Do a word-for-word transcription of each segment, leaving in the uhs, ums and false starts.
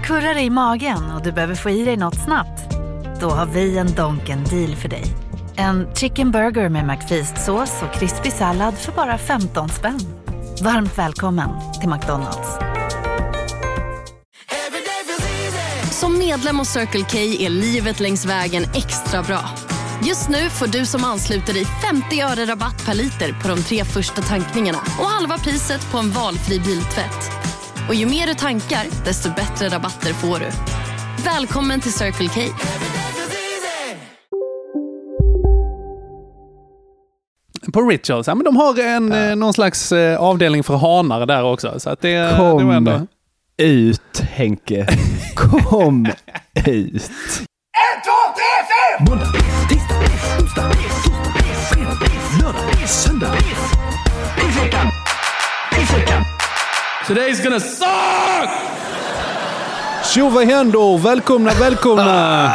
Kurrar i magen och du behöver få i dig något snabbt? Då har vi en Donken deal för dig. En chicken burger med McFeast-sås och krispig sallad för bara femton spänn. Varmt välkommen till McDonald's. Som medlem hos Circle K är livet längs vägen extra bra. Just nu får du som ansluter dig femtio öre rabatt per liter på de tre första tankningarna och halva priset på en valfri biltvätt. Och ju mer du tankar, desto bättre rabatter får du. Välkommen till Circle K. På Rituals, ja, men de har en, ja. någon slags eh, avdelning för hanar där också. Så att det, Kom det var ändå... ut, Henke. Kom ut. En, två, tre, fyra! Måndag, tisdag, onsdag, torsdag, fredag, lördag, söndag. I veckan. I veckan. Today's gonna suck! Tjo, vad händer? Välkomna, välkomna!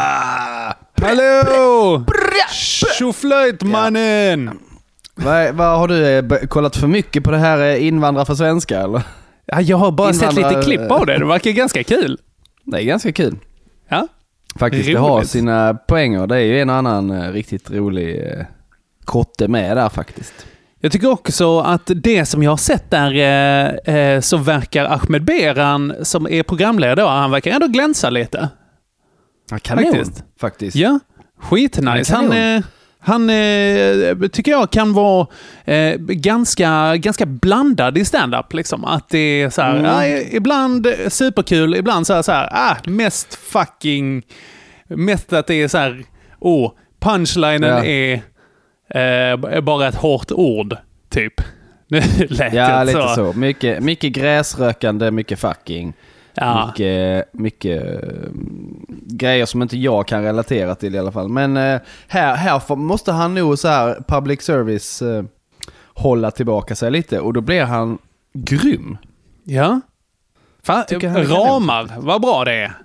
Hallå! Tjoflöjt, mannen! Vad, vad har du eh, kollat för mycket på det här eh, invandrare för svenska, eller? Ja, jag har bara Invandrar... sett lite klipp av det. Det verkar ganska kul. Det är ganska kul. Ja. Faktiskt, det har sina poänger. Det är ju en och annan eh, riktigt rolig eh, kotte med där faktiskt. Jag tycker också att det som jag har sett där eh, eh, så verkar Ahmed Beran som är programledare, han verkar ändå glänsa lite. Ja, kanon, faktiskt. faktiskt. Ja, skitnice. Han, eh, han eh, tycker jag kan vara eh, ganska, ganska blandad i stand-up. Liksom. Att det är så här, mm. ja, ibland superkul, ibland så här, så här ah, mest fucking, mest att det är så här, åh, punchlinen ja. är Eh, bara ett hårt ord, typ. Lät ja, lite så. så. Mycket, mycket gräsrökande, mycket fucking. Ja. Mycket, mycket uh, grejer som inte jag kan relatera till i alla fall. Men uh, här, här får, måste han nog så här public service uh, hålla tillbaka sig lite. Och då blir han grym. Ja. Fan, ramar, vad bra det är.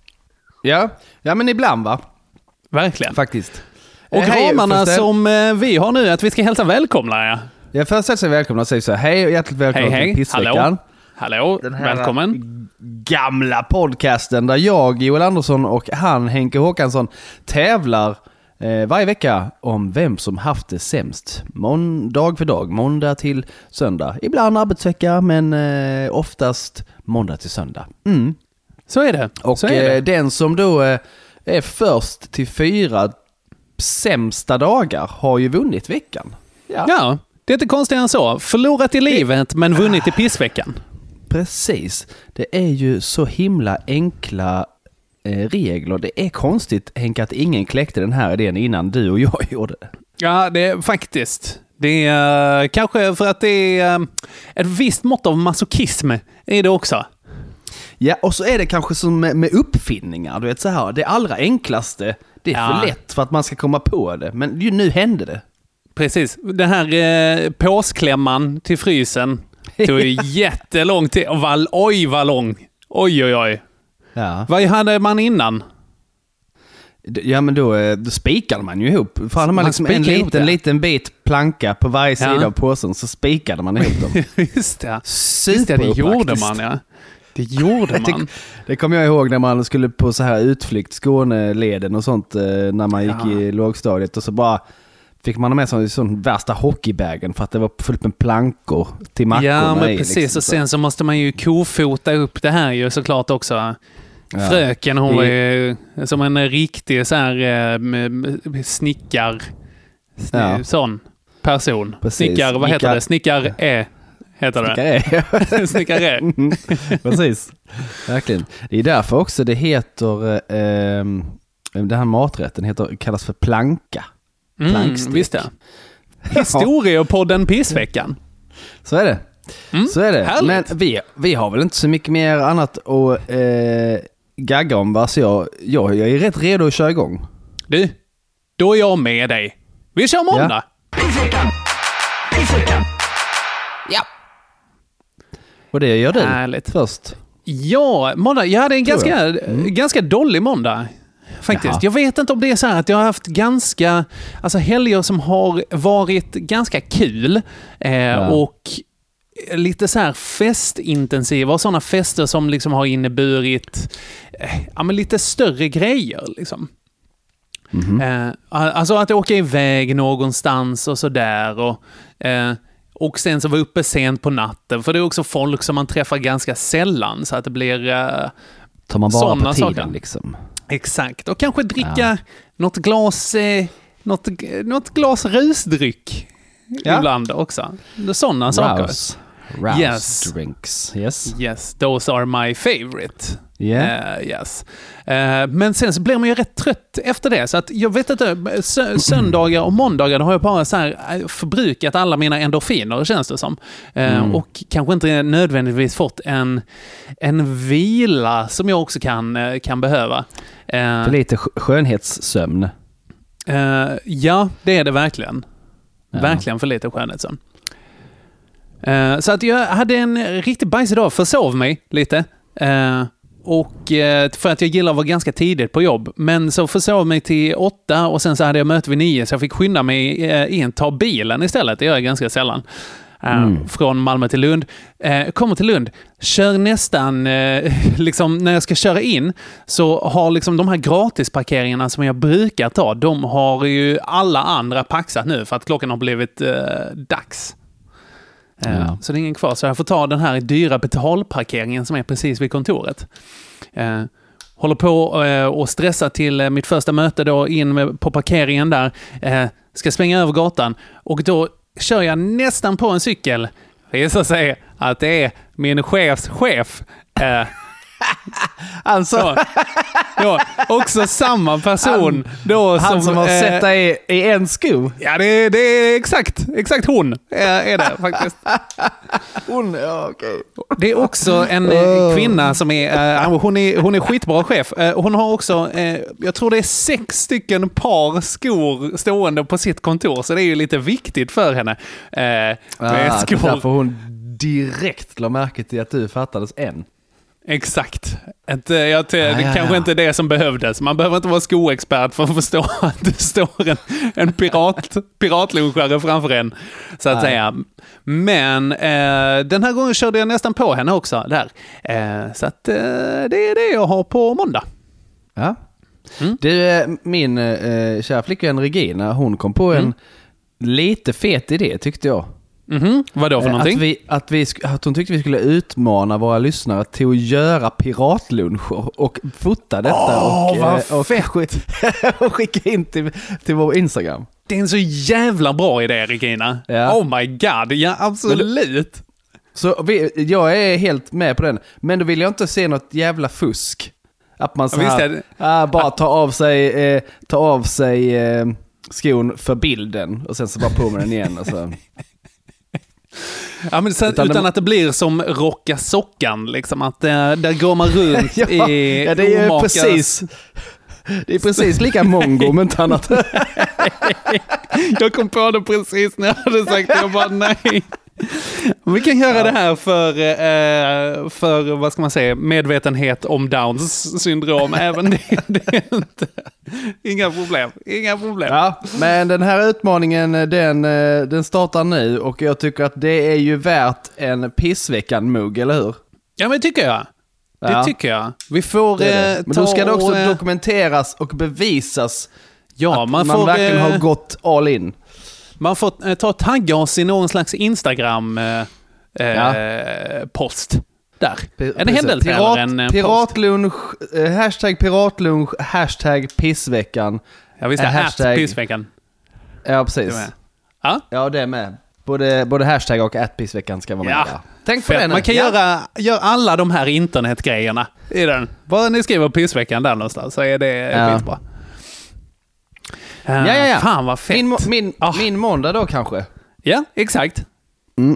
Ja, ja men ibland va? Verkligen. Faktiskt. Och hej, ramarna som eh, vi har nu, att vi ska hälsa välkomna. Ja, ja först hälsa välkomna och säga så här, hej och hjärtligt välkomna hej, hej. till Pissveckan. Hallå, Hallå. Den här välkommen. Gamla podcasten där jag, Joel Andersson och han, Henke Håkansson, tävlar eh, varje vecka om vem som haft det sämst. Mån- dag för dag, måndag till söndag. Ibland arbetsvecka, men eh, oftast måndag till söndag. Mm. Så är det. Och så är det. Eh, den som då eh, är först till fyra sämsta dagar har ju vunnit veckan. Ja, ja, det är inte konstigt än så. Förlorat i livet men vunnit i pissveckan. Precis. Det är ju så himla enkla eh, regler. Det är konstigt, Henke, att ingen kläckte den här idén innan du och jag gjorde det. Ja, det är faktiskt. Det är uh, kanske för att det är uh, ett visst mått av masochism är det också. Ja, och så är det kanske som med, med uppfinningar. Du vet så här, det allra enklaste, det är ja. för lätt för att man ska komma på det. Men ju, nu hände det. Precis. Den här eh, påsklämman till frysen tog ju jättelång tid. Och val, oj, vad lång. Oj, oj, oj. Ja. Vad hade man innan? Ja, men då, då spikade man ju ihop. För hade man, man liksom en liten, liten bit planka på varje sida ja. av påsen så spikade man ihop dem. Just det. Just det, det gjorde man, ja. Det gjorde man. Det, det kommer jag ihåg när man skulle på så här utflykt, Skåneleden och sånt, när man gick ja. i lågstadiet och så bara fick man med sig sån värsta hockeybägen för att det var fullt med plankor till mackorna. Ja, men i, precis. Liksom. Och sen så måste man ju kofota upp det här ju såklart också. Ja. Fröken, hon var ju som en riktig så här eh, snickar sn- ja. sån person. Precis. Snickar, vad heter det? Snickar är heter det. Snickare. Snickare. Mm, precis. Verkligen. Det är därför också det heter eh, den här maträtten heter, kallas för planka. Mm, visst det. Historiepodden Pissveckan. Så är det. Mm, Så är det. Härligt. Men vi, vi har väl inte så mycket mer annat att eh, gagga om. Va? Så jag, jag, jag är rätt redo att köra igång. Du, då är jag med dig. Vi kör måndag. Ja. Pissveckan. Pissveckan. Ja. Och det gör du Härligt. först. Ja, måndag. Jag hade en ganska, mm. ganska dålig måndag. Faktiskt. Jaha. Jag vet inte om det är så här att jag har haft ganska, alltså helger som har varit ganska kul. Eh, ja. Och lite så här festintensiva och sådana fester som liksom har inneburit eh, ja, men lite större grejer liksom. Mm-hmm. Eh, alltså att åka iväg någonstans och sådär och, eh, och sen så var uppe sent på natten, för det är också folk som man träffar ganska sällan, så att det blir eh, tar man bara på tiden saker. Liksom. Exakt, och kanske dricka ja. något glas eh, något, något glas rusdryck ja. ibland också. Sådana saker. Rouse yes. drinks. Yes. Yes, those are my favorite. Yeah. Uh, yes. Uh, men sen så blir man ju rätt trött efter det. Så att jag vet inte, sö- söndagar och måndagar har jag bara så här förbrukat alla mina endorfiner, känns det som. Uh, mm. Och kanske inte nödvändigtvis fått en, en vila som jag också kan, kan behöva. Uh, för lite skönhetssömn. Uh, ja, det är det verkligen. Ja. Verkligen för lite skönhetssömn. Uh, så att jag hade en riktigt bajsig dag, försov mig lite. Uh, och uh, för att jag gillar att vara ganska tidigt på jobb. Men så försov mig till åtta och sen så hade jag möte vid nio, så jag fick skynda mig uh, in, ta bilen istället. Det gör jag ganska sällan. Uh, mm. Från Malmö till Lund. Uh, kommer till Lund, kör nästan uh, liksom när jag ska köra in, så har liksom de här gratisparkeringarna som jag brukar ta, de har ju alla andra paxat nu för att klockan har blivit uh, dags. Ja. Så det är ingen kvar, så jag får ta den här dyra betalparkeringen som är precis vid kontoret. Eh, håller på eh, och stressa till eh, mitt första möte då, in med, på parkeringen där. Eh, ska springa över gatan och då kör jag nästan på en cykel. Det visar sig att det är min chefs chef. Eh, alltså ja, ja, också samma person han, då han som, som har eh, sett dig i, i en sko. Ja, det, det är exakt exakt hon är, är det faktiskt. Hon, ja, okej. Okay. Det är också en oh. kvinna som är, uh, hon är hon är skitbra chef. Uh, hon har också uh, jag tror det är sex stycken par skor stående på sitt kontor, så det är ju lite viktigt för henne. Uh, med ah, skor. Därför hon direkt la märke till att du fattades en. Exakt. Ett, jag, det ja, ja, kanske ja. inte är det som behövdes. Man behöver inte vara skoexpert för att förstå att det står en, en pirat, piratlunchare framför en, så att Nej. säga. Men eh, den här gången körde jag nästan på henne också där. Eh, så att eh, det är det jag har på måndag. Ja. Mm. Du, min eh, kära flickvän Regina, hon kom på en mm. lite fet idé, tyckte jag. Mm-hmm. Vad då för någonting? Att, vi, att, vi, att hon tyckte vi skulle utmana våra lyssnare till att göra piratluncher och fota detta oh, och, vad och, fett. och skicka in till, till vår Instagram. Det är en så jävla bra idé, Regina. Ja. Oh my god, ja absolut. Du, så vi, jag är helt med på den, men då vill jag inte se något jävla fusk. Att man så här, ja, äh, bara ta av sig, eh, ta av sig eh, skon för bilden och sen så bara på med den igen och så. Ja, men sen, utan, utan det... att det blir som rocka sockan liksom, att äh, där går man runt ja, i ja, det är omakas... precis det är precis lika mongo men inte annat. Jag kom på det precis när jag hade sagt det, jag bara nej. Vi kan göra ja. det här för, eh, för, vad ska man säga, medvetenhet om Downs syndrom. Även det, det är inte, inga problem, inga problem. Ja, men den här utmaningen, den, den startar nu och jag tycker att det är ju värt en pissveckan-mugg, eller hur? Ja, men det tycker jag. Det ja. tycker jag. Vi får det det. Eh, Men då ska det också och, dokumenteras och bevisas ja, att man, man får, verkligen eh, har gått all in. Man får eh, ta tagga oss i någon slags Instagram eh, ja. post där. P- en händelse Pirat, eller en piratlunch, eh, hashtag piratlunch, hashtag pissveckan. Ja, visst är eh, hashtag pissveckan. Ja, precis. Ja? Ja, det är med. Både, både hashtag och at pissveckan ska vara med. Ja. Där. Tänk på det. Man kan ja. göra, göra alla de här internetgrejerna i den. Bara ni skriver pissveckan där någonstans så är det ja. skitbra. Uh, ja, ja, ja. Fan vad fett. Min, min, oh. min måndag då kanske. Ja, exakt. Mm.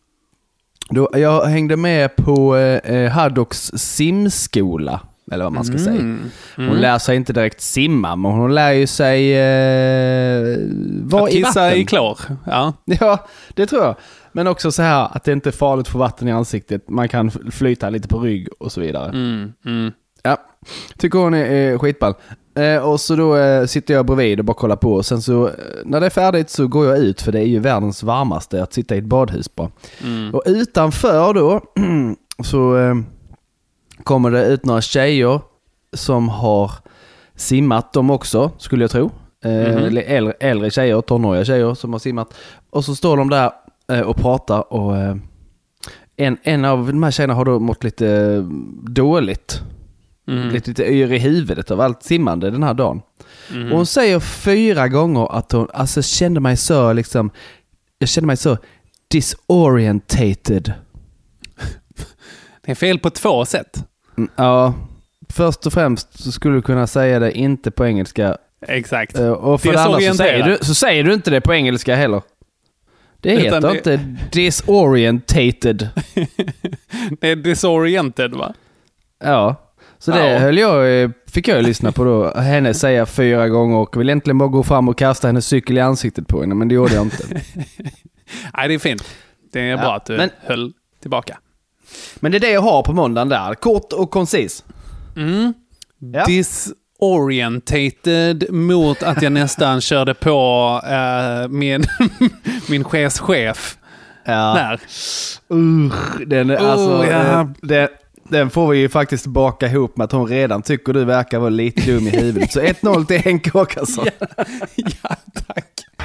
Då, jag hängde med på eh, Haddocks simskola, eller vad man ska mm. säga. Hon mm. lär sig inte direkt simma, men hon lär ju sig eh, vara i vatten. i klor. Ja. Ja, det tror jag. Men också så här att det inte är farligt för vatten i ansiktet. Man kan flyta lite på rygg och så vidare. Mm. Mm. Ja, tycker hon är, är skitball. Eh, och så då eh, sitter jag bredvid och bara kollar på. Och sen så, eh, när det är färdigt så går jag ut, för det är ju världens varmaste att sitta i ett badhus bara. Mm. Och utanför då så eh, kommer det ut några tjejer som har simmat de också, skulle jag tro. Eh, mm-hmm. äldre, äldre tjejer, tonåriga tjejer som har simmat. Och så står de där eh, och pratar och eh, en, en av de här tjejerna har då mått lite eh, dåligt. Mm. Lite, lite yr i huvudet av allt simmande den här dagen. Mm. Och hon säger fyra gånger att hon alltså kände mig så liksom, jag kände mig så disorientated. Det är fel på två sätt. Mm, ja, först och främst så skulle du kunna säga det inte på engelska. Exakt. Och för det andra så säger, du, så säger du inte det på engelska heller. Det heter det... inte disorientated. Det är disoriented, va? Ja. Så det ja. höll jag, fick jag lyssna på då. Henne säga fyra gånger och vill egentligen bara gå fram och kasta hennes cykel i ansiktet på henne. Men det gjorde jag inte. Nej, det är fint. Det är ja, bra att du men, höll tillbaka. Men det är det jag har på måndagen där. Kort och koncis. Mm. Ja. Disorientated mot att jag nästan körde på uh, min, min chefschef. Ja. Där. Uh, den, uh, alltså, ja. uh, den, den får vi ju faktiskt baka ihop med att hon redan tycker du verkar vara lite dum i huvudet. Så ett noll till Henke Åkesson. Ja, ja, tack.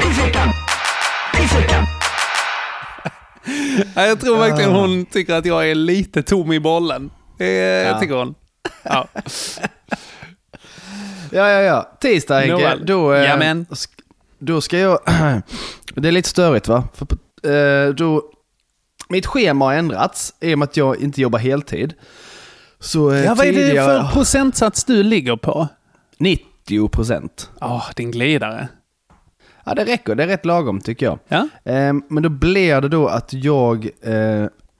Ja, jag tror verkligen hon tycker att jag är lite tom i bollen. Det ja. tycker hon. Ja. Ja, ja, ja. Tisdag, Henke. No, då, eh, Jamen. då ska jag... Det är lite störigt, va? För, eh, då... Mitt schema har ändrats i och med att jag inte jobbar heltid. Så, eh, ja, vad är det tidigare... för procentsats du ligger på? nittio procent. Ja, oh, din glidare. Ja, det räcker. Det är rätt lagom, tycker jag. Ja? Eh, men då blir det då att jag eh,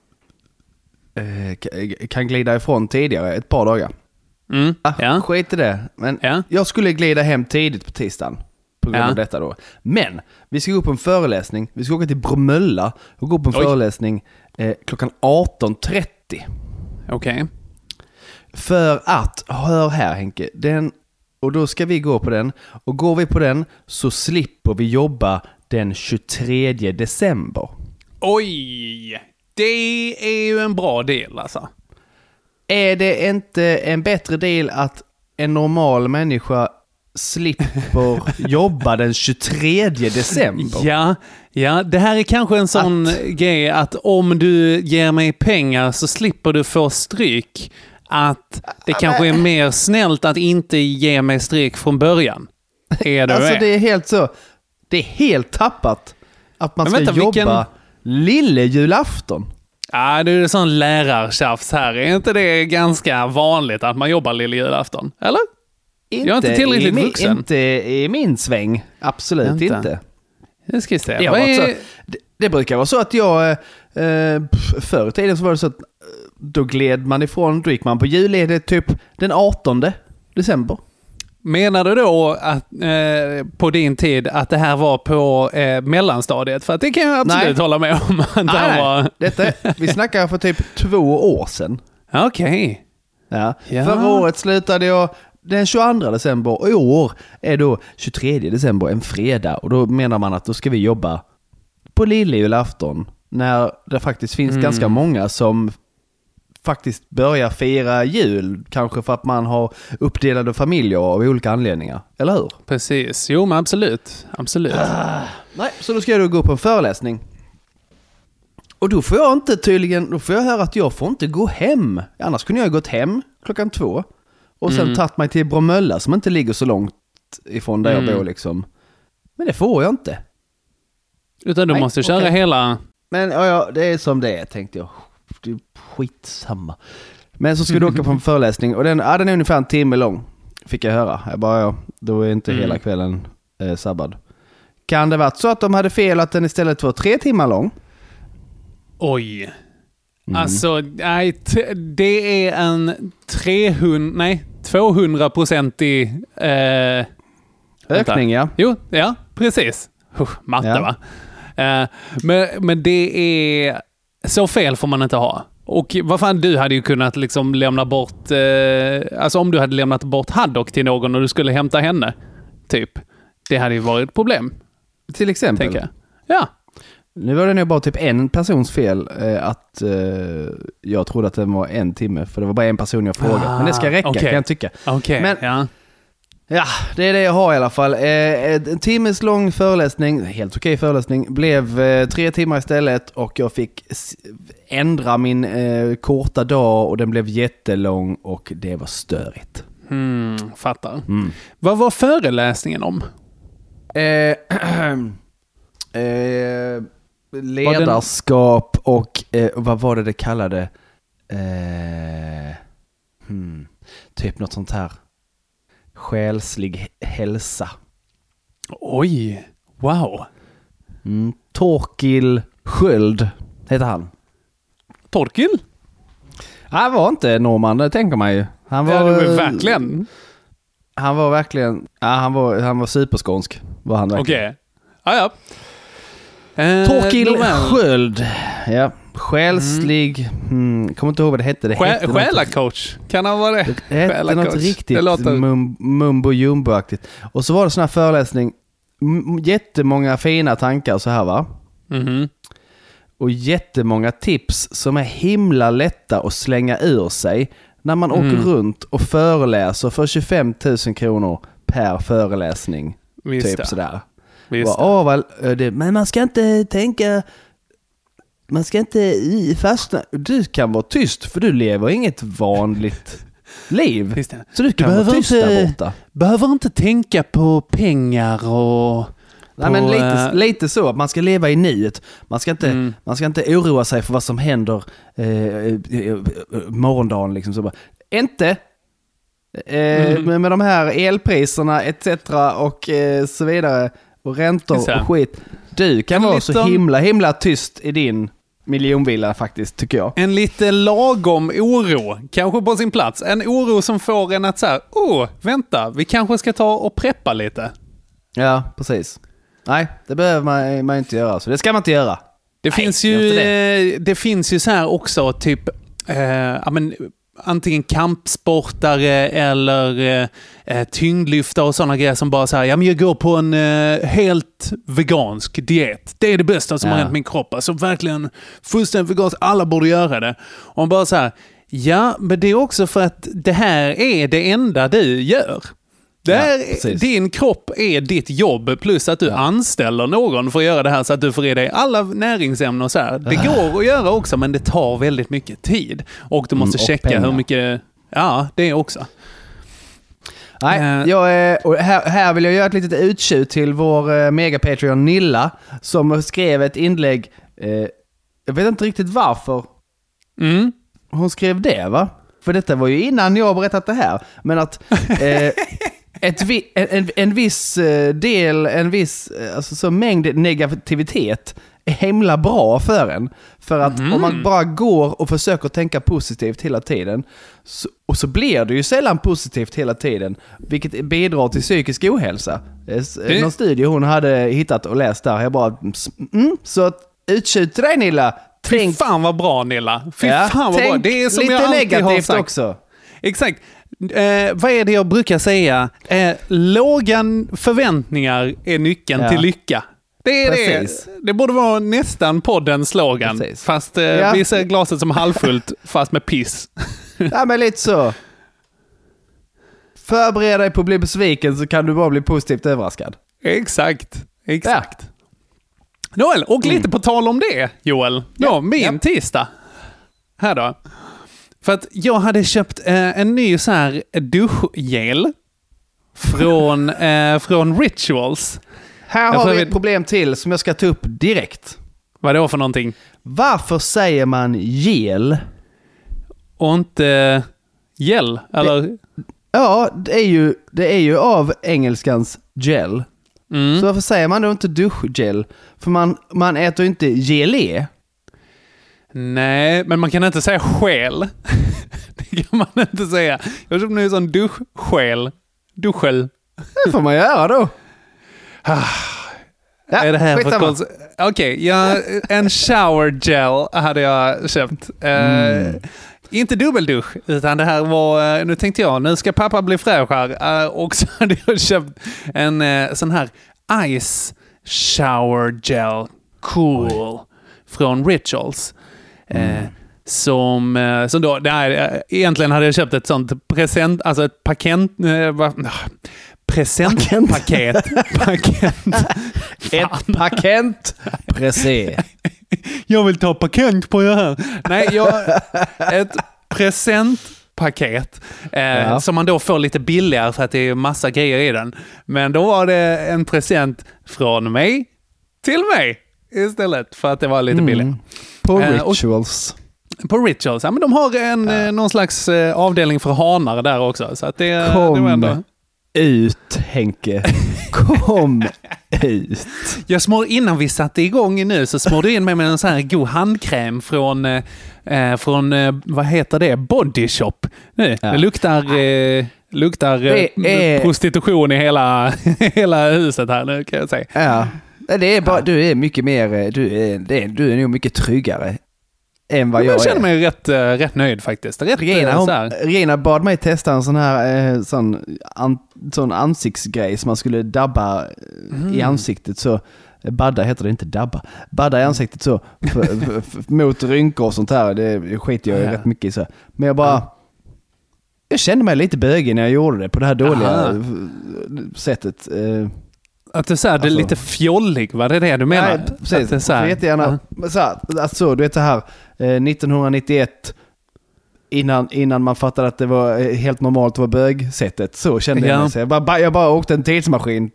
eh, kan glida ifrån tidigare ett par dagar. Mm. Ah, ja. Skit i det. Men ja. jag skulle glida hem tidigt på tisdagen på grund ja. av detta då. Men vi ska gå på en föreläsning. Vi ska åka till Bromölla och gå på en Oj. föreläsning eh, klockan arton trettio. Okej. Okay. För att, hör här Henke, den, och då ska vi gå på den. Och går vi på den så slipper vi jobba den tjugotredje december. Oj! Det är ju en bra del alltså. Är det inte en bättre del att en normal människa slipper jobba den tjugotredje december? Ja, ja, det här är kanske en sån att... grej att om du ger mig pengar så slipper du få stryk. Att det ja, kanske men... är mer snällt att inte ge mig stryk från början. Är det alltså det? det är helt så. Det är helt tappat att man men ska vänta, jobba vilken... lille julafton. Ja, det är en sån lärartjafs här. Är inte det ganska vanligt att man jobbar lille julafton? Eller? Inte jag är inte tillräckligt i min, vuxen. Inte i min sväng. Absolut inte. inte. Det ska jag säga. Det, är... så, det, det brukar vara så att jag... Eh, förr i tiden så var det så att då gled man ifrån, då gick man på julledighet typ den artonde december. Menar du då att eh, på din tid att det här var på eh, mellanstadiet? För att det kan jag absolut nej. hålla med om. Att nej, nej. Var... Detta, vi snackar för typ två år sedan. Okej. Okay. Ja. Ja. Förra året slutade jag den tjugoandra december och i år är då tjugotredje december en fredag. Och då menar man att då ska vi jobba på lille julafton när det faktiskt finns mm. ganska många som faktiskt börjar fira jul, kanske för att man har uppdelade familjer av olika anledningar, eller hur? Precis, jo men absolut, absolut. Ah, nej, så då ska jag då gå på en föreläsning. Och då får jag inte tydligen, då får jag höra att jag får inte gå hem. Annars kunde jag ha gått hem klockan två och sen mm. tagit mig till Bromölla som inte ligger så långt ifrån där mm. jag bor liksom. Men det får jag inte. Utan du nej, måste köra okay. hela... Men ja, ja, det är som det är, tänkte jag. Det är skitsamma. Men så ska du åka på en föreläsning och den, ja, den är ungefär en timme lång. Fick jag höra. Jag bara, ja, då är inte mm. hela kvällen eh, sabbad. Kan det varit så att de hade fel att den istället var tre timmar lång? Oj. Mm. Alltså, nej, t- det är en trehundra, nej, tvåhundra-procentig eh, ökning, ja. Jo, ja, precis. Uh, matte, ja. va? Uh, men, men det är... Så fel får man inte ha. Och vad fan, du hade ju kunnat liksom lämna bort... Eh, alltså om du hade lämnat bort Haddock till någon och du skulle hämta henne, typ. Det hade ju varit ett problem. Till exempel. Jag. Ja. Nu var det nog bara typ en persons fel eh, att eh, jag trodde att det var en timme. För det var bara en person jag frågade. Ah, men det ska räcka, okay. kan jag tycka. Okay, men, ja. ja, det är det jag har i alla fall. Eh, en timmes lång föreläsning, helt okej föreläsning, blev eh, tre timmar istället. Och jag fick ändra min eh, korta dag och den blev jättelång och det var störigt. Mm, fattar. Mm. Vad var föreläsningen om? Eh, eh, ledarskap och eh, vad var det det kallade? Eh, hmm, typ något sånt här. Själslig hälsa. Oj, wow. Mm, Torkil Sköld heter han. Torkil? Han var inte norrman, det tänker man ju. Han var, ja, det var verkligen. Han var verkligen, ja, han var, han var superskånsk. Var han verkligen. Okej. Okay. Ah, ja. Eh, Torkil Sköld. Ja. Själslig. Mm. Mm, kommer inte ihåg vad det hette. Det Sjä, hette själacoach. Kan han vara det? Det hette något riktigt låter... mum, mumbo-jumbo-aktigt. Och så var det sån här föreläsning. M- jättemånga fina tankar så här, va? Mhm. Och jättemånga tips som är himla lätta att slänga ur sig när man mm. åker runt och föreläser för tjugofem tusen kronor per föreläsning. Visst typ det. Sådär. Visst och, åh, vad, det, men man ska inte tänka, man ska inte fastna. Du kan vara tyst för du lever inget vanligt liv. Så du kan du vara tyst inte, där borta. Behöver inte tänka på pengar och... Nej, men lite, lite så. Man ska leva i nuet. Man ska inte, mm. man ska inte oroa sig för vad som händer eh, morgondagen. Liksom. Så bara, inte eh, mm. med, med de här elpriserna et cetera och eh, så vidare. Och räntor och skit. Du kan en vara liten... så himla, himla tyst i din miljonvilla faktiskt, tycker jag. En lite lagom oro, kanske på sin plats. En oro som får en att säga, åh, vänta, vi kanske ska ta och preppa lite. Ja, precis. Nej, det behöver man, man inte göra. Så det ska man inte göra. Det, Nej, finns, ju, det. det finns ju så här också typ eh, ja, men, antingen kampsportare eller eh, tyngdlyftare och sådana grejer som bara så här, ja men jag går på en eh, helt vegansk diet. Det är det bästa som ja. har hänt min kropp. Alltså verkligen fullständigt vegansk. Alla borde göra det. Och man bara så här, ja men det är också för att det här är det enda du gör. Där, ja, din kropp är ditt jobb plus att du ja. anställer någon för att göra det här så att du får i dig alla näringsämnen och så här. Det går att göra också men det tar väldigt mycket tid. Och du måste mm, checka pengar. hur mycket... Ja, det är också. Nej, uh, jag är, och här, här vill jag göra ett litet uttjut till vår uh, mega-patreon Nilla som skrev ett inlägg. Uh, jag vet inte riktigt varför mm. hon skrev det, va? För detta var ju innan jag berättat det här. Men att... Uh, Ett vi, en, en viss del, en viss alltså så mängd negativitet är himla bra för en. För att mm. om man bara går och försöker tänka positivt hela tiden så, och så blir det ju sällan positivt hela tiden, vilket bidrar till psykisk ohälsa. Det... Någon studie hon hade hittat och läst där. Jag bara, mm, så utskjut till dig Nilla. Fy fan vad bra Nilla. Fy ja, fan vad bra. Det är som lite jag alltid negativt har sagt. Också. Exakt. Eh, vad är det jag brukar säga? Eh, låga förväntningar är nyckeln ja. till lycka. Det är Precis. det. Det borde vara nästan poddens slogan. Precis. Fast eh, ja. vi ser glaset som halvfullt fast med piss. Ja, men lite så. Förbered dig på att bli besviken så kan du bara bli positivt överraskad. Exakt. Exakt. Ja. Noel, och lite mm. på tal om det, Joel. Ja, ja min ja. tisdag. Här då. För att jag hade köpt eh, en ny så här duschgel från, eh, från Rituals. Här har vi ett problem till som jag ska ta upp direkt. Vad är det för någonting? Varför säger man gel? Och inte gel? Eller? Det, ja, det är, ju, det är ju av engelskans gel. Mm. Så varför säger man då inte duschgel? För man, man äter ju inte gelé. Nej, men man kan inte säga skäl. Det kan man inte säga. Jag tror det är en sån duschskäl. Duschel. Det får man göra då. Ja, är det här för skitsamma. konst... Okej, okay, ja, en shower gel hade jag köpt. Mm. Uh, inte dubbeldusch, utan det här var... Nu tänkte jag, nu ska pappa bli fräsch här. Uh, och så hade jag köpt en uh, sån här ice shower gel. Cool. Oj. Från Rituals. Mm. Uh, som, uh, som då... Det här, uh, egentligen hade jag köpt ett sånt present... Alltså ett paket... Uh, va, uh, presentpaket. Paket. Ett paket. Precis. Jag vill ta paket på det här. Nej, jag, ett presentpaket eh, ja. Som man då får lite billigare för att det är massa grejer i den. Men då var det en present från mig till mig istället för att det var lite mm. billigare. På eh, Rituals. På Rituals. Ja, men de har en, ja. någon slags eh, avdelning för hanar där också. Så att det, Kom. det var ändå... ut, Henke. Kom ut. Jag smår innan vi satte igång nu så smår du in med, med en sån här god handkräm från, eh, från eh, vad heter det? Body Shop. Nu, ja. Det luktar, eh, luktar det är... prostitution i hela, hela huset här nu kan jag säga. Ja. Det är bara, du är mycket mer, du är, det är, du är nog mycket tryggare än vad jag, jag känner är. mig rätt, rätt nöjd faktiskt. Rätt, Regina, hon, Regina bad mig testa en sån här eh, sån, an, sån ansiktsgrej som man skulle dabba mm. i ansiktet så. Badda heter det, inte dabba. Badda i ansiktet så för, för, för, mot rynkor och sånt här. Det skiter jag ja. rätt mycket i så. Men jag bara ja. jag kände mig lite bögig när jag gjorde det på det här dåliga Aha. sättet. Eh, Att du säger det är alltså, lite fjollig, vad är det du menar? Nej, precis. Det så här, jättegärna, ja. så här, alltså, du vet det här eh, nittonhundranittioett innan, innan man fattade att det var helt normalt att vara bögsättet, så kände ja. jag mig. Så jag, bara, jag bara åkte en tidsmaskin.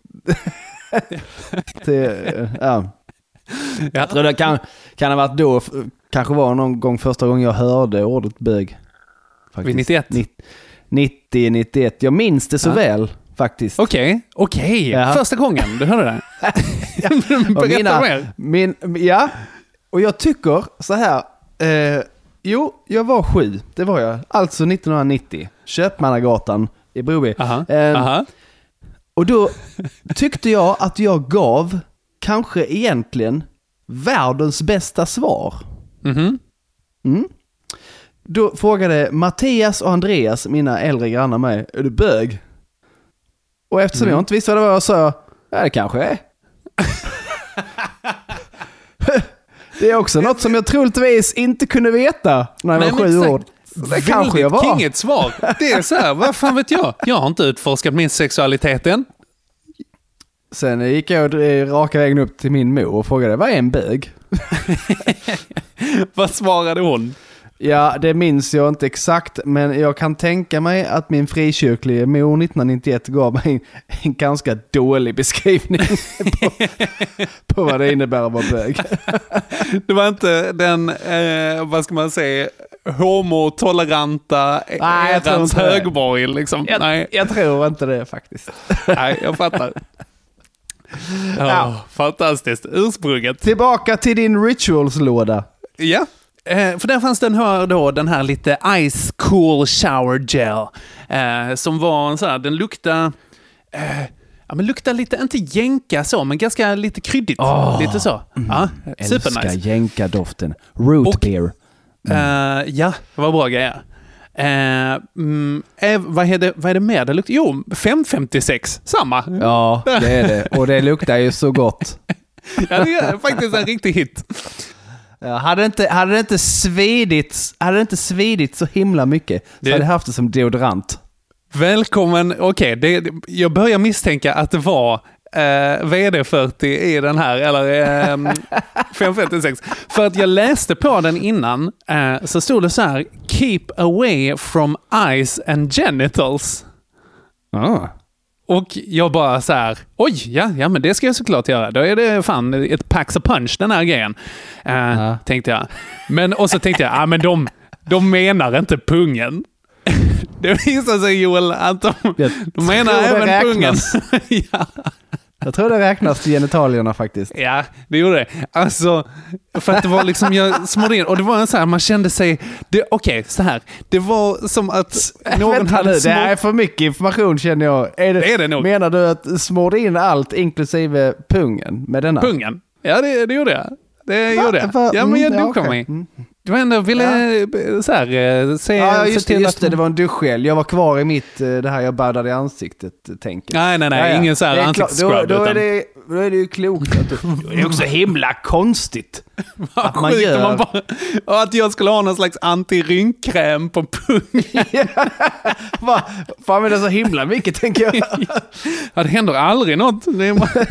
Till, ja. Jag tror det kan, kan ha varit då, kanske var någon gång första gången jag hörde ordet bög. Vid nittioett? nittio nittioett, jag minns det så ja. väl. Faktiskt. Okej, okay, okej. Okay. Första gången, du hörde det? Berätta mina, mer. Min, ja, och jag tycker så här. Eh, jo, jag var sju. Det var jag. Alltså nittonhundranittio. Köpmannagatan i Broby. Aha, eh, aha. Och då tyckte jag att jag gav kanske egentligen världens bästa svar. Mhm. Mm. Då frågade Mattias och Andreas, mina äldre grannar, mig: är du bög? Och eftersom mm. jag inte visste vad det var, så ja, det kanske är. Det är också något som jag troligtvis inte kunde veta när jag Nej, var sju år. Det kanske jag var. Inget svar. Det är så här, vad fan vet jag? Jag har inte utforskat min sexualitet än. Sen gick jag raka vägen upp till min mor och frågade, vad är en bög? Vad svarade hon? Ja, det minns jag inte exakt, men jag kan tänka mig att min frikyrkliga mor nittonhundranittioett gav mig en, en ganska dålig beskrivning på, på vad det innebär att vara bög. Det var inte den, eh, vad ska man säga, homotoleranta ärans högborg liksom. Jag, Nej. jag tror inte det faktiskt. Nej, jag fattar. Oh, ja. Fantastiskt, ursprunget. Tillbaka till din Rituals-låda. Ja. Eh, för där fanns den här, då, den här lite ice cool shower gel eh, som var en sån här, den luktar eh, ja, men luktar lite, inte jänka så, men ganska lite kryddigt, oh, lite så. Mm, ja, super nice. Älskar jänka-doften. Root Och, beer. Mm. Eh, ja, det var bra grejer. Eh, mm, eh, vad, är det, vad är det med? Det luktar, jo, fem femtiosex, samma. Ja, det är det. Och det luktar ju så gott. Ja, det är faktiskt en riktig hit. Ja, hade, inte, hade, det inte svidit, hade det inte svidit så himla mycket så det, hade jag haft det som deodorant. Välkommen, okej. Okay, jag börjar misstänka att det var eh, V D fyrtio i den här, eller eh, fem femtiosex. För att jag läste på den innan eh, så stod det så här: keep away from eyes and genitals. Ah. Och jag bara så här, oj, ja, ja, men det ska jag såklart göra. Då är det fan ett packs a punch, den här grejen. Uh, ja. Tänkte jag. Men, och så tänkte jag, ja, men de, de menar inte pungen. Det visar sig, Joel, att de, de menar även pungen. Ja. Jag tror det räknas till genitalierna faktiskt. Ja, det gjorde det. Alltså, för att det var liksom, jag smorde in och det var en så här, man kände sig, okej, okay, så här. Det var som att någon Vänta hade nu, smort... det är för mycket information känner jag. Är det, det är det nog. Menar du att smorde in allt inklusive pungen med denna? Pungen? Ja, det, det gjorde jag. Det Va? gjorde jag. Va? Ja, men jag Mm, duschade ja, mig. okay. Mm. Du ändå ville ja. så här, se... Ja, just, se det, till just att... det, det var en duschgel. Jag var kvar i mitt, det här jag baddade i ansiktet, tänker. Nej, nej, nej, ja, ja. ingen så här ansiktsscrub. Då, då, utan... är det, då är det ju klokt. Att du, det är också himla konstigt. Att man gör... Man bara, och att jag skulle ha någon slags antirynkkräm på pungen. Va? Fan, men det är så himla mycket, tänker jag. Ja, det händer aldrig något. Det är bara...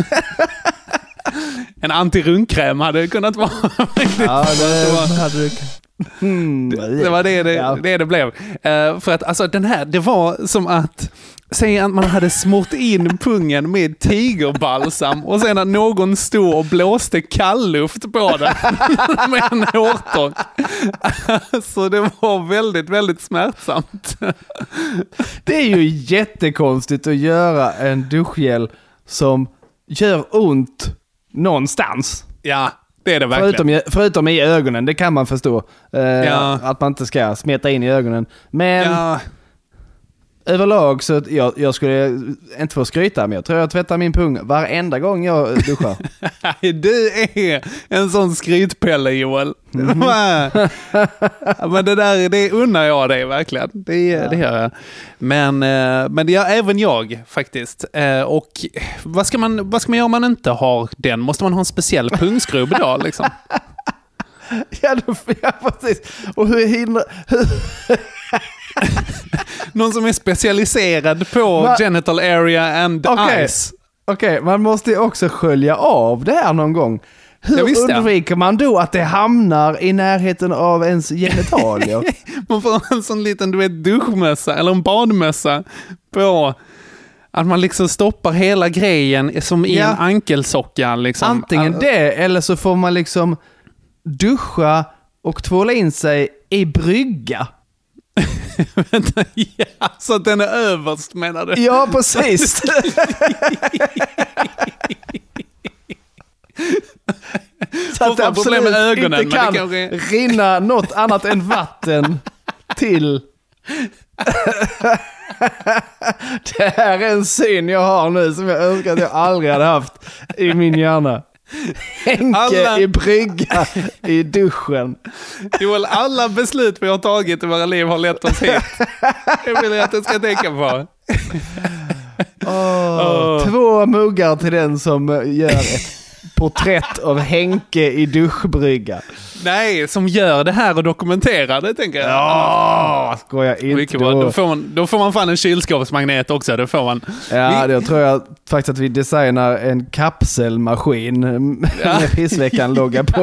En antirynkkräm hade kunnat vara. Ja, det var... hade du... Mm. Det, det var det det, ja. det, det blev. Uh, för att alltså den här, det var som att säga att man hade smort in pungen med tigerbalsam och sen att någon stod och blåste kallluft på den med en hårtork. Så det var väldigt, väldigt smärtsamt. Det är ju jättekonstigt att göra en duschgel som gör ont någonstans. Ja, det är det verkligen. Förutom, förutom i ögonen, det kan man förstå. Eh, ja. Att man inte ska smeta in i ögonen. Men ja. överlag så jag, jag skulle inte få skryta, men jag tror jag tvättar min pung varenda gång jag duschar. Du är en sån skrytpelle, Joel. Mm-hmm. Men det där, det unnar jag dig verkligen. Det, ja. det gör jag. Men, men det gör även jag faktiskt. Och vad ska man, vad ska man göra om man inte har den? Måste man ha en speciell pungskrubb då liksom? Ja, då, ja, precis. Och hur hindrar... Hur... Någon som är specialiserad på Man... genital area and okay. eyes. Okej, okay. Man måste ju också skölja av det här någon gång. Hur undviker man då att det hamnar i närheten av ens genitalier? Man får en sån liten, du vet, duschmössa eller en badmössa på att man liksom stoppar hela grejen som i ja. en ankelsocka. Liksom. Antingen All... det, eller så får man liksom duscha och tvåla in sig i brygga. Vänta, ja, så att den är överst, menar du? Ja, precis. Så att det absolut med ögonen, inte kan kanske... rinna något annat än vatten till. Det här är en syn jag har nu som jag önskar att jag aldrig hade haft i min hjärna. Henke alla... i brygga i duschen. Joel, alla beslut vi har tagit i våra liv har lett oss hit. Jag vill att du ska tänka på. Oh, oh. Två muggar till den som gör ett porträtt av Henke i duschbrygga. Nej, som gör det här och dokumenterar det, tänker jag. Ja, oh, ska jag inte då. Då får man, då får man fan en kylskåpsmagnet också. Då får man. Ja, vi... det tror jag faktiskt att vi designar en kapselmaskin ja. med pissveckan-logga på.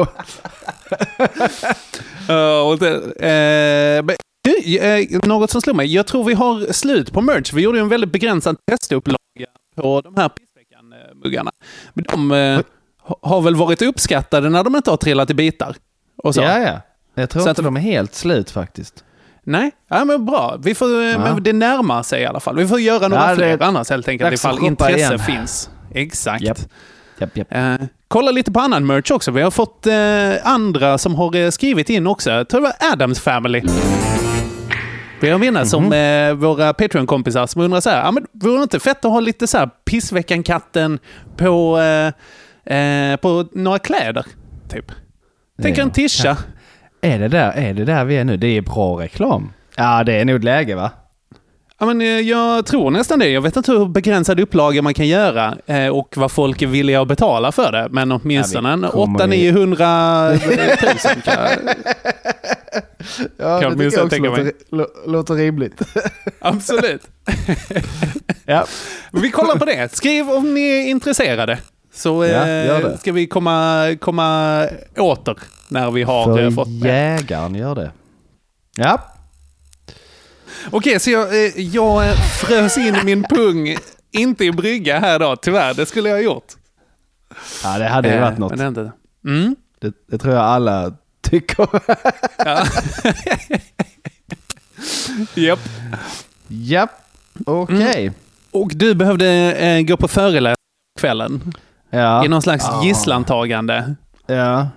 uh, och det, uh, du, uh, något som slår mig. Jag tror vi har slut på merch. Vi gjorde ju en väldigt begränsad testupplaga på de här pissveckan-muggarna. Men de uh, har väl varit uppskattade när de inte har trillat i bitar. Och så. Ja, ja. Jag tror så inte att... de är helt slut faktiskt. Nej, ja, men bra. Vi får, ja. men det närmar sig i alla fall. Vi får göra några ja, fler annars helt enkelt ifall intresse igen. finns. Exakt. Yep. Yep, yep. Eh, kolla lite på annan merch också. Vi har fått eh, andra som har eh, skrivit in också. Jag tror det var Adams Family. Vi har vinnat mm-hmm. som eh, våra Patreon-kompisar som undrar så här, ja, men vore det inte fett att ha lite så här pissveckan-katten på, eh, eh, på några kläder, typ. Tänk en tisha. Ja. Är det där, är det där vi är nu? Det är bra reklam. Ja, det är nog läge, va? Ja, men jag tror nästan det. Jag vet inte hur begränsade upplagor man kan göra eh, och vad folk är villiga att betala för det. Men åtminstone en åtta niohundratusen kan ja, kan det tycker jag också låter, låter rimligt. Absolut. Ja. Vi kollar på det. Skriv om ni är intresserade. Så eh, ska vi komma, komma åter när vi har för fått med. Jägaren gör det. Ja. Okej, så jag, jag frös in min pung inte i brygga här då, tyvärr. Det skulle jag ha gjort. Ja, det hade ju eh, varit något. Men det, inte. Mm? Det, det tror jag alla tycker. Ja. Japp. Japp, okej. Okay. Mm. Och du behövde eh, gå på föreläsning kvällen. Ja. I någon slags ja. gisslantagande. Ja.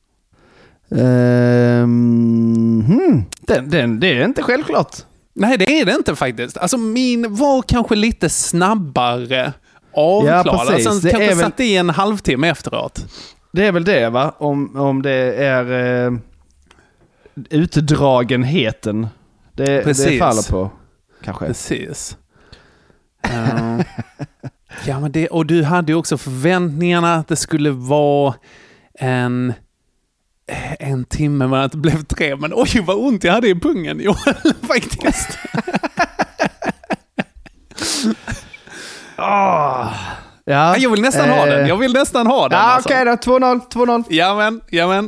Um, hmm. den, den, det är inte självklart. Nej, det är det inte faktiskt. Alltså min var kanske lite snabbare avklarad. Ja, precis. Sen det kanske är väl, satt i en halvtimme efteråt. det är väl det, va? Om, om det är uh, utdragenheten. Det, det faller på. Kanske. Precis. Uh, ja, men det, och du hade ju också förväntningarna att det skulle vara en en timme, men att det blev tre. Men oj, vad ont jag hade i pungen. Jo, faktiskt. oh, ja. Jag vill nästan eh. ha den. Jag vill nästan ha den. Ja, alltså. okej okay, då. två noll. två noll. Jamen, jamen.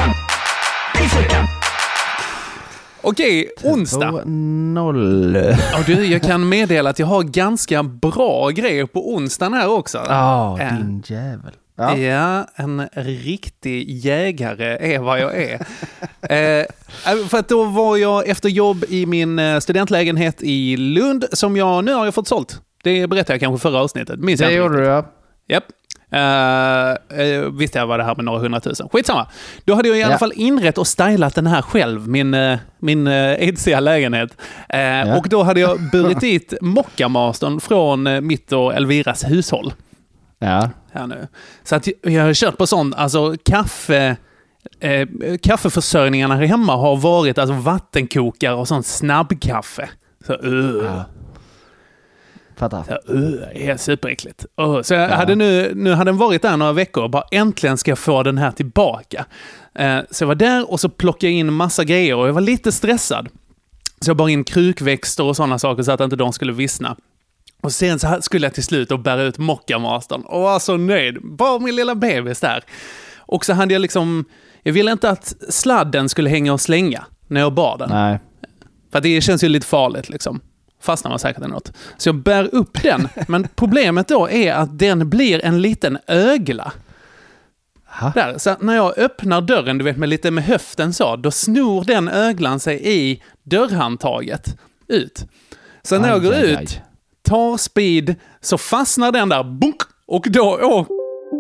Okej, onsdag. två noll. Och du, jag kan meddela att jag har ganska bra grejer på onsdagen här också. Ja, oh, din jävel. Ja. ja, en riktig jägare är vad jag är. eh, för att då var jag efter jobb i min studentlägenhet i Lund som jag nu har jag fått sålt. Det berättade jag kanske förra avsnittet. Minns det gjorde du, ja. Japp. Uh, uh, visste jag vad det här med några hundratusen. Skitsamma. Då hade jag i alla ja. fall inrett och stylat den här själv, min, uh, min uh, edsiga lägenhet. Uh, ja. Och då hade jag burit dit Moccamastern från uh, mitt och Elviras hushåll. Ja. Här nu. Så att jag har kört på sånt, alltså kaffe, eh, kaffeförsörjningarna här hemma har varit alltså vattenkokare och sånt snabbkaffe. Så uh. ja. Fattar. Så, uh, det är superäckligt. Uh, så jag ja. hade nu, nu hade den varit där några veckor och bara äntligen ska jag få den här tillbaka. Eh, så jag var där och så plockade jag in massa grejer och jag var lite stressad. Så jag bar in krukväxter och sådana saker så att inte de skulle vissna. Och sen så skulle jag till slut och bära ut Moccamastern och var så nöjd. Bara min lilla bebis där. Och så hade jag liksom, jag ville inte att sladden skulle hänga och slänga när jag bar den. Nej. För det känns ju lite farligt liksom. Fastnar man säkert i något. Så jag bär upp den. Men problemet då är att den blir en liten ögla. Där. Så när jag öppnar dörren, du vet med lite med höften så, då snor den öglan sig i dörrhandtaget ut. Så när jag går aj, ut aj. tar speed så fastnar den där bunk, och då åker.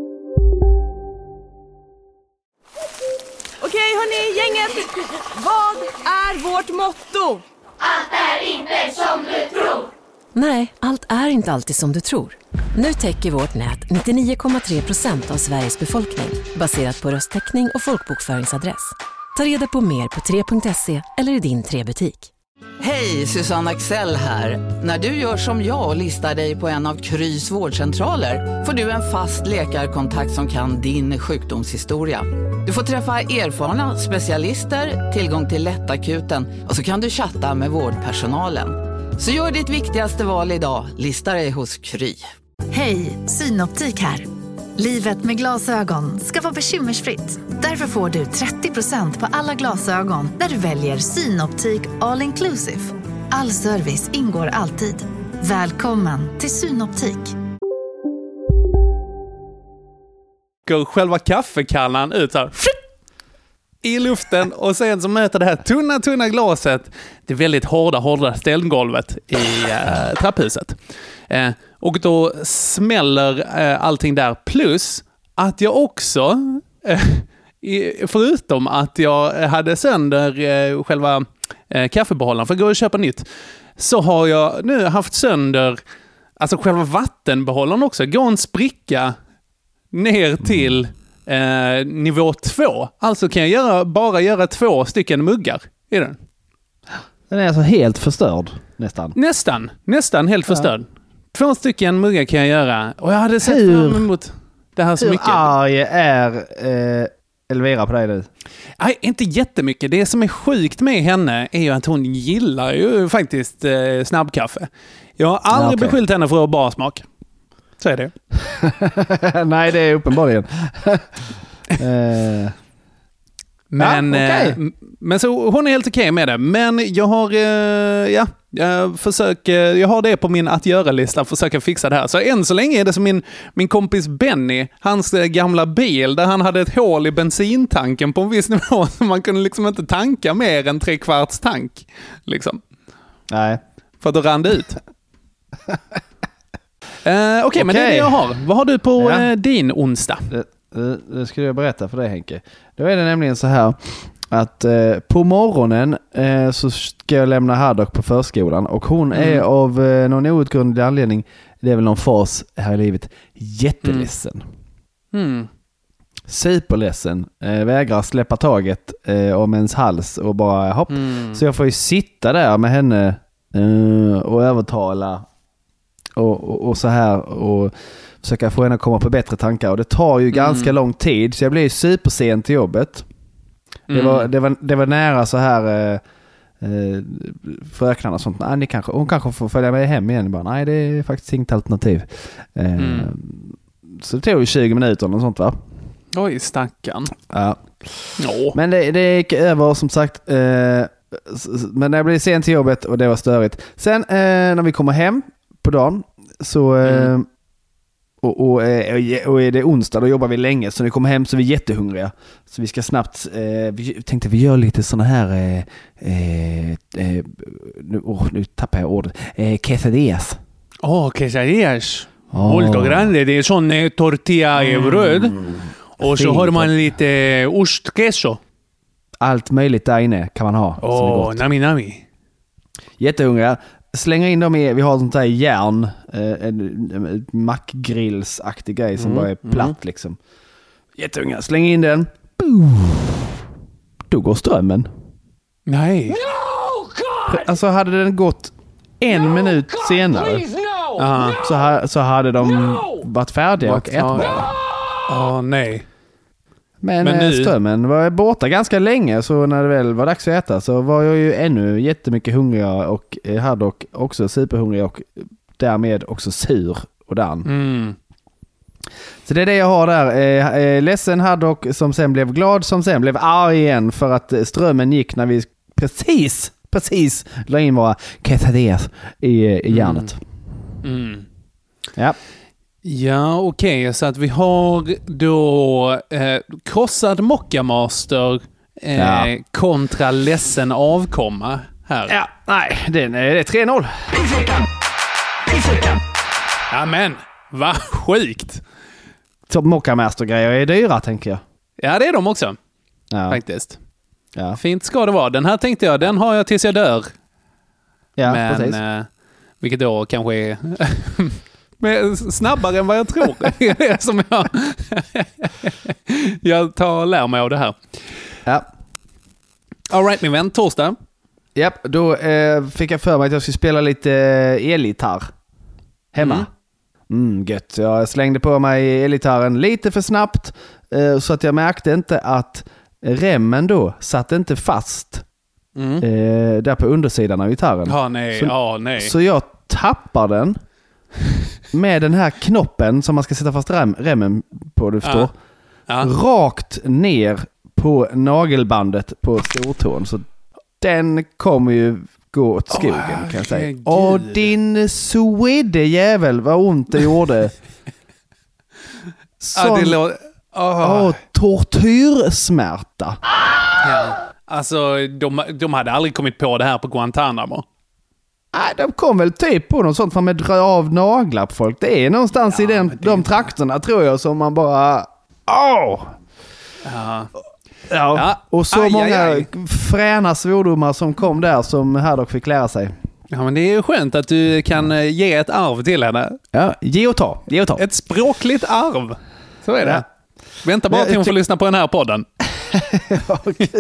Okej hörni, gänget. Vad är vårt motto? Allt är inte som du tror. Nej, allt är inte alltid som du tror. Nu täcker vårt nät nittionio komma tre procent av Sveriges befolkning baserat på röstteckning och folkbokföringsadress. Ta reda på mer på tre punkt se eller i din tre-butik. Hej, Susanne Axel här. När du gör som jag och listar dig på en av Krys vårdcentraler får du en fast läkarkontakt som kan din sjukdomshistoria. Du får träffa erfarna specialister, tillgång till lättakuten och så kan du chatta med vårdpersonalen. Så gör ditt viktigaste val idag, lista dig hos Kry. Hej, Synoptik här. Livet med glasögon ska vara bekymmersfritt. Därför får du trettio procent på alla glasögon när du väljer Synoptik All Inclusive. All service ingår alltid. Välkommen till Synoptik. Går själva kaffekannan ut så här, i luften och sen så möter det här tunna, tunna glaset det väldigt hårda, hårda ställgolvet i äh, trapphuset. Eh, och då smäller eh, allting där, plus att jag också eh, i, förutom att jag hade sönder eh, själva eh, kaffebehållaren för att gå och köpa nytt, så har jag nu haft sönder alltså själva vattenbehållaren också. Gå en spricka ner till eh, nivå två. Alltså kan jag göra, bara göra två stycken muggar i den. Den är alltså helt förstörd nästan. Nästan, nästan helt ja. förstörd. Två stycken muggar kan jag göra. Och jag hade sett hur, fram emot det här så hur mycket. Hur arg är eh, Elvira på dig nu? Nej, inte jättemycket. Det som är sjukt med henne är ju att hon gillar ju faktiskt eh, snabbkaffe. Jag har aldrig okay. beskyllt henne för att bara smak. Så är det. Nej, det är uppenbarligen. eh. Men, ja, okay. eh, men så hon är helt okej okay med det. Men jag har eh, ja, jag försöker, jag har det på min att göra-lista, försöka fixa det här. Så än så länge är det som min, min kompis Benny, hans eh, gamla bil där han hade ett hål i bensintanken på en viss nivå så man kunde liksom inte tanka mer än tre kvarts tank. Liksom. Nej. För att då rann det ut. Okej, okay, men det är det jag har. Vad har du på ja. uh, din onsdag? Det, det ska jag berätta för dig, Henke. Då är det nämligen så här att eh, på morgonen eh, så ska jag lämna Haddock på förskolan och hon mm. är av eh, någon outgrundlig anledning, det är väl någon fas här i livet, jätteledsen. Mm. Mm. Superledsen. Eh, vägrar släppa taget eh, om ens hals och bara hopp. Mm. Så jag får ju sitta där med henne eh, och övertala och, och, och så här och försöka få henne att komma på bättre tankar. Och det tar ju mm. ganska lång tid så jag blev ju supersent till jobbet. Mm. Det, var, det, var, det var nära så här eh, eh, fröknarna och sånt. Nej, ni kanske, hon kanske får följa med hem igen. Bara, nej, det är faktiskt inget alternativ. Eh, mm. Så det tog ju tjugo minuter eller något sånt, va? Oj, stackarn. Ja. Åh. Men det, det gick över som sagt. Eh, men det blev sent till jobbet och det var störigt. Sen eh, när vi kommer hem på dagen så eh, mm. och, och, och är det onsdag, då jobbar vi länge. Så när vi kommer hem så är vi jättehungriga. Så vi ska snabbt, eh, vi tänkte vi gör lite såna här eh, eh, eh, nu, oh, nu tappar jag ordet. Eh, quesadillas. Åh, oh, quesadillas. Oh. Molto grande. Det är sån eh, tortilla i bröd. Mm. Och så har man lite ostkeso. Allt möjligt där inne kan man ha. Åh, oh, nami nami. Jättehungriga. Slänger in dem i, vi har sånt där järn, eh, en mackgrillsaktig grej som mm. bara är platt mm. liksom. Jättehungriga. Släng in den. Då går strömmen. Nej. No, God! Alltså hade den gått en no, minut God, senare please, no, uh, så, ha, så hade de no, varit färdiga och ätbara. Åh, oh, nej. Men, Men nu... strömmen var borta ganska länge, så när det väl var dags att äta så var jag ju ännu jättemycket hungriga och hade och också superhungrig och därmed också sur och dan. Mm. Så det är det jag har där. Eh, eh, ledsen Haddock som sen blev glad, som sen blev arg igen för att strömmen gick när vi precis, precis la in våra quesadillas i, i järnet. Mm. Mm. Ja. Ja, okej. Okay. Så att vi har då eh, krossad mockamaster eh, ja. kontra ledsen avkomma här. Ja, nej, det är, det är tre noll. Ja, men vad sjukt. Så mockamaster-grejer är dyra, tänker jag. Ja, det är de också. Ja. Faktiskt. Ja. Fint ska det vara. Den här tänkte jag, den har jag tills jag dör. Ja, men, precis. Eh, vilket då kanske är... Men snabbare än vad jag tror. Det är som jag jag tar lär mig av det här. Ja. All right, min vän, torsdag. Japp, då eh, fick jag för mig att jag skulle spela lite elgitarr hemma. Mm. Mm, gött. Jag slängde på mig elgitarren lite för snabbt eh, så att jag märkte inte att remmen då satt inte fast mm. eh, där på undersidan av gitarren. Ja, nej. Så, ja, nej. så jag tappar den med den här knoppen som man ska sätta fast rem, remmen på, du förstår. Ja. Ja. Rakt ner på nagelbandet på stortån. Så den kommer ju gå åt skogen, oh, kan jag säga. Åh, din swede jävel, vad ont det gjorde. Sån, ja, det lå- oh. Åh, tortyrsmärta. Ja. Alltså, de, de hade aldrig kommit på det här på Guantanamo. Nej, de kom väl typ på något sånt för man drar av naglar på folk. Det är någonstans ja, i den, det... de trakterna, tror jag, som man bara... Åh! Ja. Ja. Ja. Och så aj, många aj, aj. fräna svordomar som kom där som Haddock fick lära sig. Ja, men det är ju skönt att du kan ge ett arv till henne. Ja, ge och ta. Ge och ta. Ett språkligt arv. Så är det. Ja. Vänta bara till hon får lyssna på den här podden. Ja,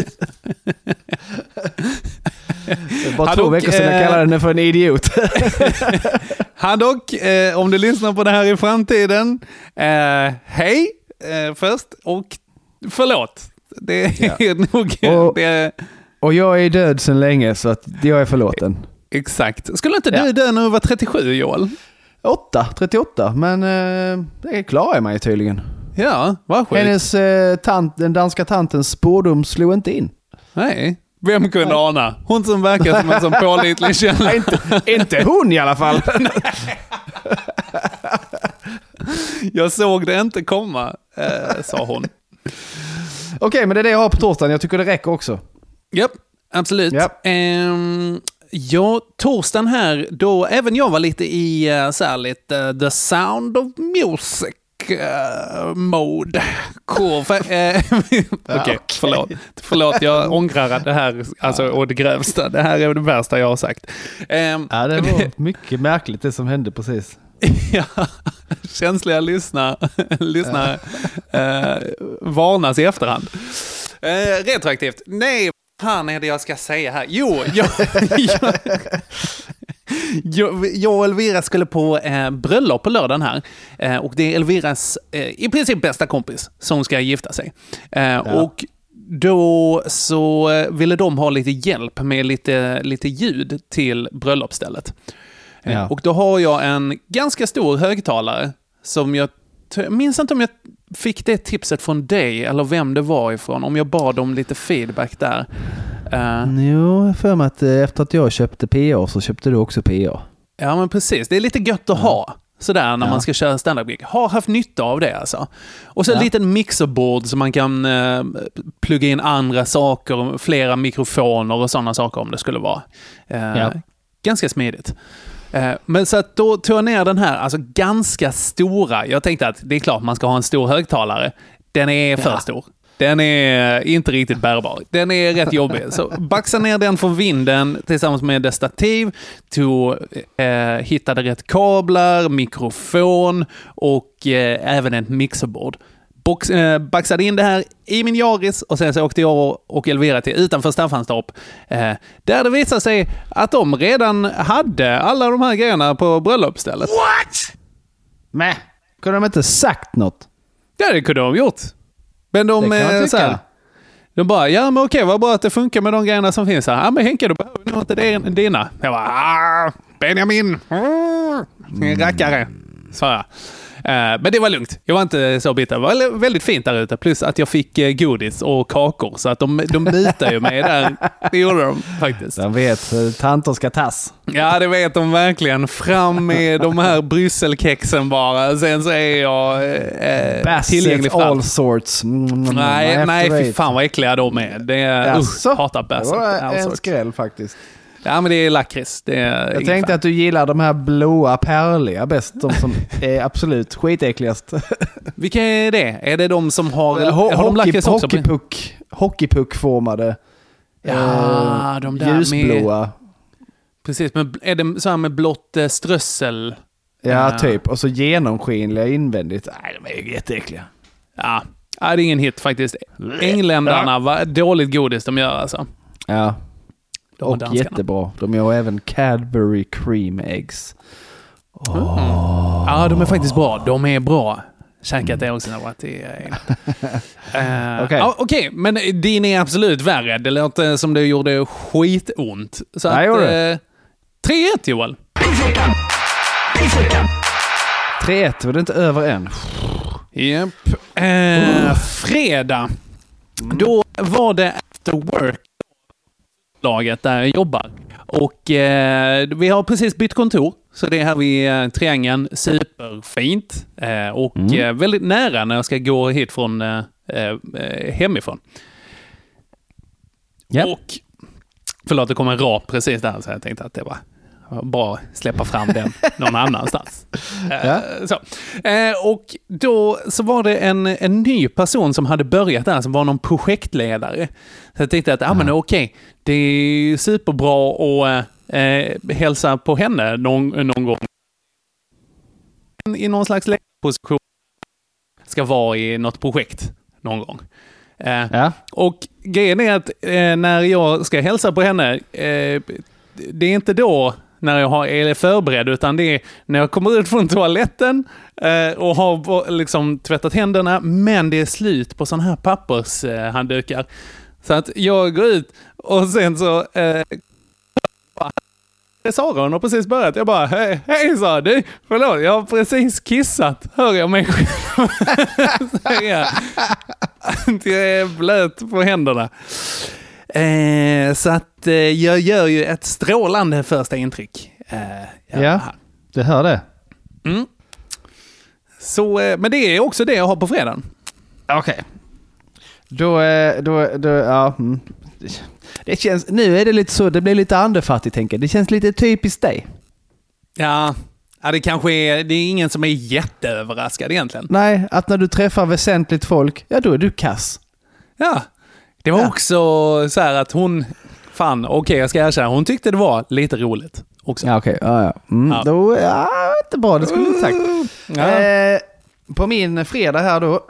det var bara två veckor sedan jag kallade henne för en idiot. Haddock, eh, om du lyssnar på det här i framtiden, eh, hej eh, först och förlåt. Det är ja. nog... Och, det... och jag är död sedan länge så att jag är förlåten. Exakt. Skulle inte ja. du dö när du var trettiosju, Joel? åtta, trettioåtta, men eh, det klarar jag mig tydligen. Ja, vad sjukt. Hennes eh, tant, den danska tantens spårdom slog inte in. Nej, vem kunde Nej. ana? Hon som verkar som en sån pålitlig källa. inte, inte hon i alla fall. Jag såg det inte komma, eh, sa hon. Okej, okay, men det är det jag har på torsdagen. Jag tycker det räcker också. Japp, absolut. Yep. Um, Ja, torsdagen här, då även jag var lite i uh, så här, lite uh, The Sound of Music uh, mode. Cool. För, uh, Okej, okay, förlåt. Förlåt, jag ångrar det här alltså, och det grövsta. Det här är det värsta jag har sagt. Um, ja, det var mycket märkligt det som hände precis. Ja, känsliga lyssnare, lyssnare uh, varnas i efterhand. Uh, retroaktivt. Nej, fan är det jag ska säga här? Jo, jag, jag, jag, jag och Elvira skulle på eh, bröllop på lördagen här. Eh, och det är Elviras eh, i princip bästa kompis som ska gifta sig. Eh, ja. Och då så ville de ha lite hjälp med lite, lite ljud till bröllopsstället. Eh, ja. Och då har jag en ganska stor högtalare som jag Jag minns inte om jag fick det tipset från dig eller vem det var ifrån. Om jag bad om lite feedback där. Uh, jo, för mig att efter att jag köpte P A så köpte du också P A. Ja, men precis. Det är lite gött att ja. ha. Sådär när ja. man ska köra stand-up-gig. Har haft nytta av det alltså. Och så ja. en liten mixerboard så man kan uh, plugga in andra saker. Flera mikrofoner och sådana saker om det skulle vara. Uh, ja. Ganska smidigt. Men så att då tog jag ner den här, alltså ganska stora. Jag tänkte att det är klart man ska ha en stor högtalare. Den är för ja. stor. Den är inte riktigt bärbar. Den är rätt jobbig. Så baxa ner den från vinden tillsammans med det stativ. Tog, eh, hittade rätt kablar, mikrofon och eh, även ett mixerboard. Box, eh, baxade in det här i min Yaris och sen så åkte jag och Elvira till utanför Staffanstorp eh, där det visade sig att de redan hade alla de här grejerna på bröllopsstället. What? Men kunde de inte sagt något? Ja, det kunde de gjort. Men de eh, så här, de bara, ja men okej, vad bra att det funkar med de grejerna som finns här. Ja men Henke, du behöver nog inte dina. Jag bara, ah, Benjamin, mm. rackare, sa jag. Men det var lugnt. Jag var inte så bitter. Det var väldigt fint där ute. Plus att jag fick godis och kakor. Så att de, de bitar ju mig där. Det gjorde de faktiskt. De vet hur tanter ska tas. Ja, det vet de verkligen. Fram med de här brysselkexen bara. Sen så är jag eh, tillgänglig fram. All sorts. Mm, nej, nej fy fan vad äckliga de är. Det är, usch, hatar Bassett. Det var en skräll faktiskt. Ja, men det är lakrits. Det är jag tänkte fan. Att du gillar de här blåa pärliga bäst. De som är absolut skitäckligast. Vilka är det? Är det de som har... Ho- har de lakrits också? Hockeypuck, hockeypuckformade. Ja, eh, de där ljusblåa. Med, precis, men är det så här med blått eh, strössel? Ja, uh, typ. Och så genomskinliga invändigt. Nej, de är ju jätteäckliga. Ja, ja det är ingen hit faktiskt. Engländarna var dåligt godis de gör alltså. Ja. Och jättebra. De gör även Cadbury Cream Eggs. Oh. Mm. Ja, de är faktiskt bra. De är bra. Käkat det också när jag varit i... uh, Okej, okay. okay, men din är absolut värre. Det låter som det gjorde skitont. Så Nej, att... Uh, tre ett, Joel. tre ett, var det inte över en? Japp. Yep. Uh, uh. Fredag. Mm. Då var det after work. Laget där jag jobbar. Och eh, vi har precis bytt kontor. Så det är här vid eh, Triangeln. Superfint. Eh, och mm. eh, väldigt nära när jag ska gå hit från eh, eh, hemifrån. Yep. Och förlåt, det kom en rap precis där. Så jag tänkte att det var bra att släppa fram den någon annanstans. Ja. Eh, så. Eh, och då så var det en, en ny person som hade börjat där som var någon projektledare. Så jag tänkte att ah, men okej, det är superbra att eh, hälsa på henne någon, någon gång. I någon slags position ska vara i något projekt någon gång. Eh, ja. Och grejen är att eh, när jag ska hälsa på henne eh, det är inte då när jag har, är förberedd, utan det är när jag kommer ut från toaletten eh, och har liksom tvättat händerna, men det är slut på sån här pappershanddukar. Så att jag går ut och sen så eh, Sara, hon har precis börjat. Jag bara, hej, hej sa du, förlåt, jag har precis kissat, hör jag mig själv säga. Jag är blöt på händerna. Eh, så att eh, jag gör ju ett strålande första intryck. Eh, ja, ja det hör det. Mm. Så, eh, men det är också det jag har på fredagen. Okej. Okay. Då, då, då, ja. Mm. det känns, nu är det lite så, det blir lite andefattigt tänker jag. Det känns lite typiskt dig. Ja, ja det kanske är, det är ingen som är jätteöverraskad egentligen. Nej, att när du träffar väsentligt folk, ja då är du kass. Ja, det var ja. också så här att hon, fan okej okay, jag ska erkänna, hon tyckte det var lite roligt också. Ja okej, okay. ja, ja. Mm, ja. Då, ja, inte bra, det skulle jag inte sagt. Ja. Eh, på min fredag här då,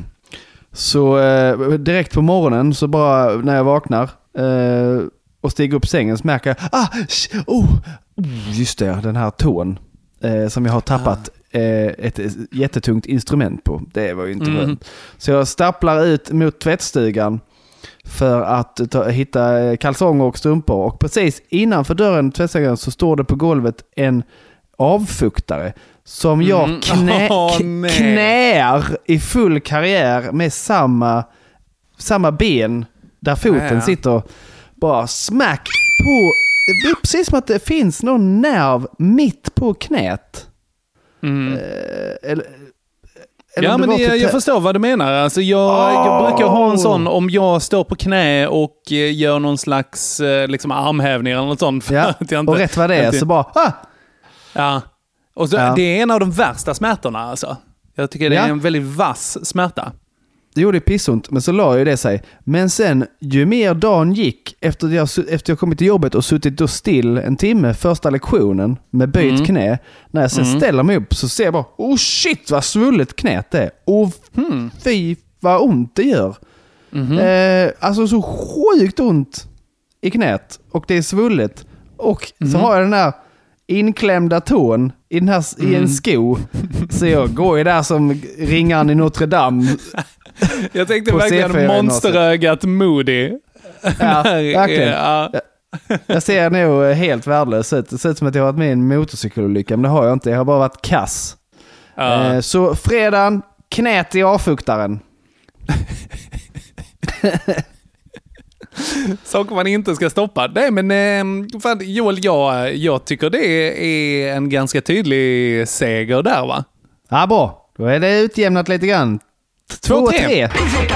så eh, direkt på morgonen så bara när jag vaknar eh, och stiger upp sängen så märker jag, ah, sh, oh, oh, just det, den här tån eh, som jag har tappat ah. eh, ett jättetungt instrument på. Det var ju inte mm. skönt. Så jag stapplar ut mot tvättstugan för att ta, hitta kalsonger och strumpor. Och precis innanför dörren till tvättstugan så står det på golvet en avfuktare som jag mm. knä, oh, knär i full karriär med samma, samma ben där foten ja, ja. sitter bara smack på. Det är precis som att det finns någon nerv mitt på knät. Mm. Eh, eller, eller ja, men jag, typ jag förstår vad du menar. Alltså jag, oh. jag brukar ha en sån om jag står på knä och gör någon slags liksom, armhävning eller något sånt. Ja. Att jag inte, och rätt vad det är så bara... Ah! Ja. Och så, ja. Det är en av de värsta smärtorna alltså. Jag tycker det är ja. en väldigt vass smärta. Det gjorde pissont, men så la ju det sig. Men sen, ju mer dagen gick efter jag, efter jag kommit till jobbet och suttit då still en timme första lektionen med böjt mm. knä. När jag sen mm. ställer mig upp så ser jag bara, oh shit vad svullet knät det är. Och mm. fy vad ont det gör. Mm. Eh, alltså så sjukt ont i knät. Och det är svullet. Och mm. så har jag den här inklämda tån i, den här, mm. i en sko. Så jag går ju där som ringaren i Notre Dame. Jag tänkte verkligen monsterögat Moody. Ja, verkligen. Ja. Jag ser nog helt värdelös ut. Det ser ut som att jag har varit med i en motorcykelolycka, men det har jag inte. Jag har bara varit kass. Ja. Så fredagen, knät i avfuktaren. Saker man inte ska stoppa. Nej, men fan, Joel, jag, jag tycker det är en ganska tydlig seger där, va? Ja, bra. Då är det utjämnat lite grann. Två och tre.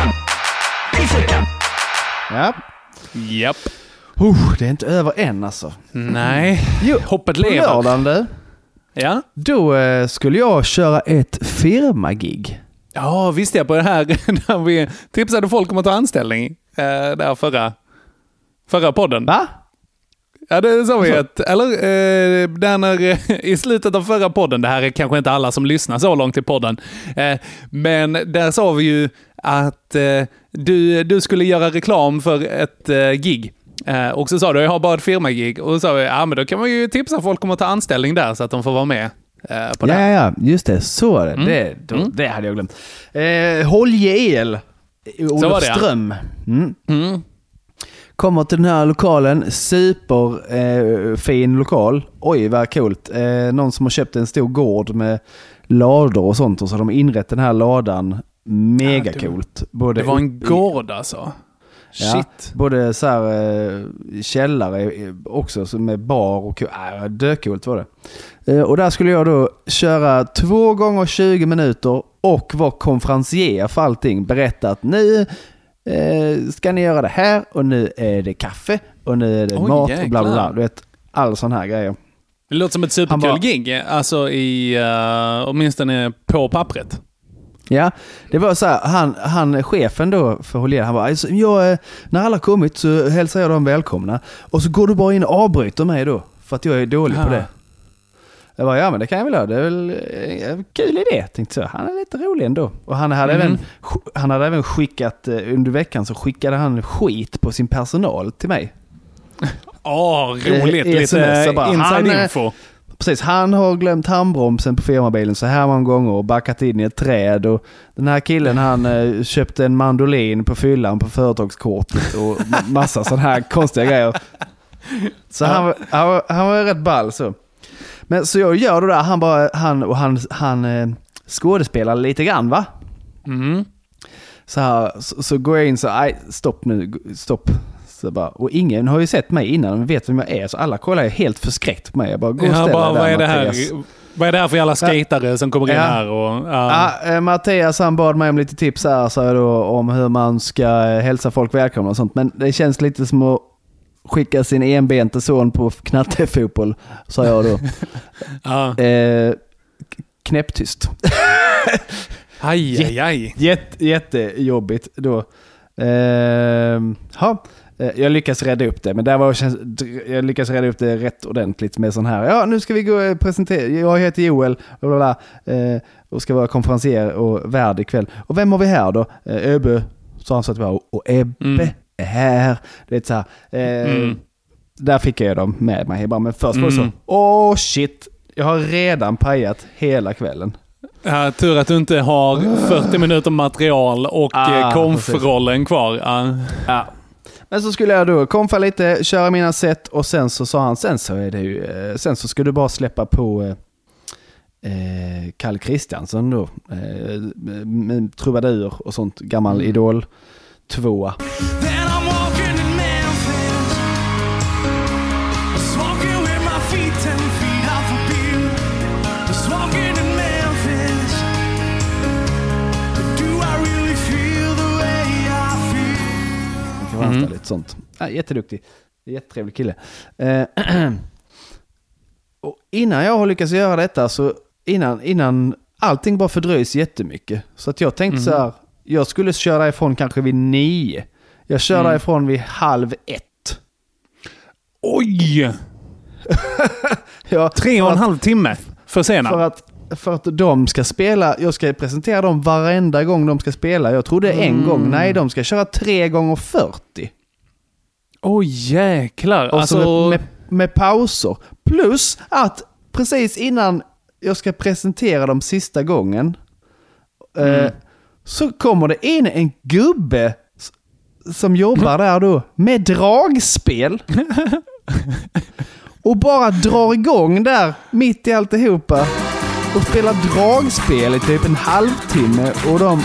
Ja. Japp. Uh, det är inte över än alltså. Nej. Jo, hoppet lever. Lördagen du. Ja. Då eh, skulle jag köra ett firmagig. Ja, visste jag på det här när vi tipsade folk om att ta anställning eh, där förra förra podden. Va? Ja, det sa vi ett, eller eh, där när, i slutet av förra podden, det här är kanske inte alla som lyssnar så långt i podden, eh, men där sa vi ju att eh, du, du skulle göra reklam för ett eh, gig. Eh, och så sa du, jag har bara ett firmagig. Och så sa vi, ja men då kan man ju tipsa folk om att ta anställning där så att de får vara med eh, på det. Ja, ja, just det, så är det. Mm. Det, då, mm. det hade jag glömt. Eh, Holje El, Olofström. Ja. Mm. Mm. Kommer till den här lokalen, super eh, fin lokal. Oj, vad coolt. Eh, någon som har köpt en stor gård med lador och sånt, och så har de inrett den här ladan. Mega ja, coolt. Både det var en gård alltså. Ja, shit. Både så här eh, källare också som med bar och äh, döcoolt var det. Eh, och där skulle jag då köra två gånger tjugo minuter och vara konferencier för allting. Berätta att nu eh, ska ni göra det här och nu är det kaffe och nu är det Oj, mat och bla bla bla. Du vet, all sån här grejer. Det låter som ett superkul bara, gig, alltså i uh, åtminstone på pappret. Ja, det var så här, han, han chefen då för Holger, han bara, alltså, jag, när alla kommit så hälsar jag dem välkomna. Och så går du bara in och avbryter mig då, för att jag är dålig ja. på det. Jag bara, ja men det kan jag väl ha, det är väl en kul idé, tänkte jag. Han är lite rolig ändå. Och han hade, mm. även, han hade även skickat, under veckan så skickade han skit på sin personal till mig. Åh, oh, roligt, lite inside-info. Precis, han har glömt handbromsen på firmabilen så här många gånger och backat in i ett träd. Och den här killen, han eh, köpte en mandolin på fyllan på företagskortet och massa sådana här konstiga grejer. Så ja. han, han, var, han var rätt ball så. Men så jag gör det där, han bara, han och han, han eh, skådespelar lite grann, va? Mm. Så, här, så, så går jag in så, nej, stopp nu, stopp. Så bara, och ingen har ju sett mig innan och vet vem jag är, så alla kollar är helt förskräckt på mig. Jag bara, gå och ställa bara, där, vad är det här? Vad är det här för alla skatare ja. som kommer in ja. här? Och, ja. Ja, Mattias han bad mig om lite tips här så då, om hur man ska hälsa folk välkomna och sånt. Men det känns lite som att skicka sin enbente son på knattefotboll, sa jag då. ja. eh, knäpptyst. aj, aj, aj. Jätte, jättejobbigt då. Eh, ha. Jag lyckas rädda upp det, men där var jag lyckas rädda upp det rätt ordentligt med sån här. Ja, nu ska vi gå och presentera. Jag heter Joel och, bla bla, eh, och ska vara konferencier och värd ikväll. Och vem har vi här då? Eh, Ebbe, sa han så att vi var. Och Ebbe mm. är här. Det är så här. Eh, mm. Där fick jag dem med mig. Men först var det så. Åh, oh, shit. Jag har redan pajat hela kvällen. Ja, tur att du inte har fyrtio minuter material och ah, konfrollen kvar. Ah. Ja. Men så skulle jag då komfa lite, köra mina set och sen så sa han, sen så är det ju, sen så ska du bara släppa på eh, Kalle Kristiansson då, eh, med trubadur och sånt, gammal mm. idol tvåa. Mm. Lite sånt. Ja, jätteduktig. Jättetrevlig kille. Eh, och innan jag har lyckats göra detta så innan, innan allting bara fördröjs jättemycket. Så att jag tänkte mm. så här, jag skulle köra ifrån kanske vid nio. Jag kör mm. ifrån vid halv ett. Oj! ja, Tre och en att, halv timme för sena. För att För att de ska spela, jag ska presentera dem varenda gång de ska spela. Jag trodde en mm. gång, nej de ska köra tre gånger fyrtio. Oj oh, jäklar. Och alltså... med, med, med pauser. Plus att precis innan jag ska presentera dem sista gången mm. eh, så kommer det in en gubbe som jobbar där då med dragspel. och bara drar igång där mitt i alltihopa. Och spelar dragspel i typ en halvtimme och de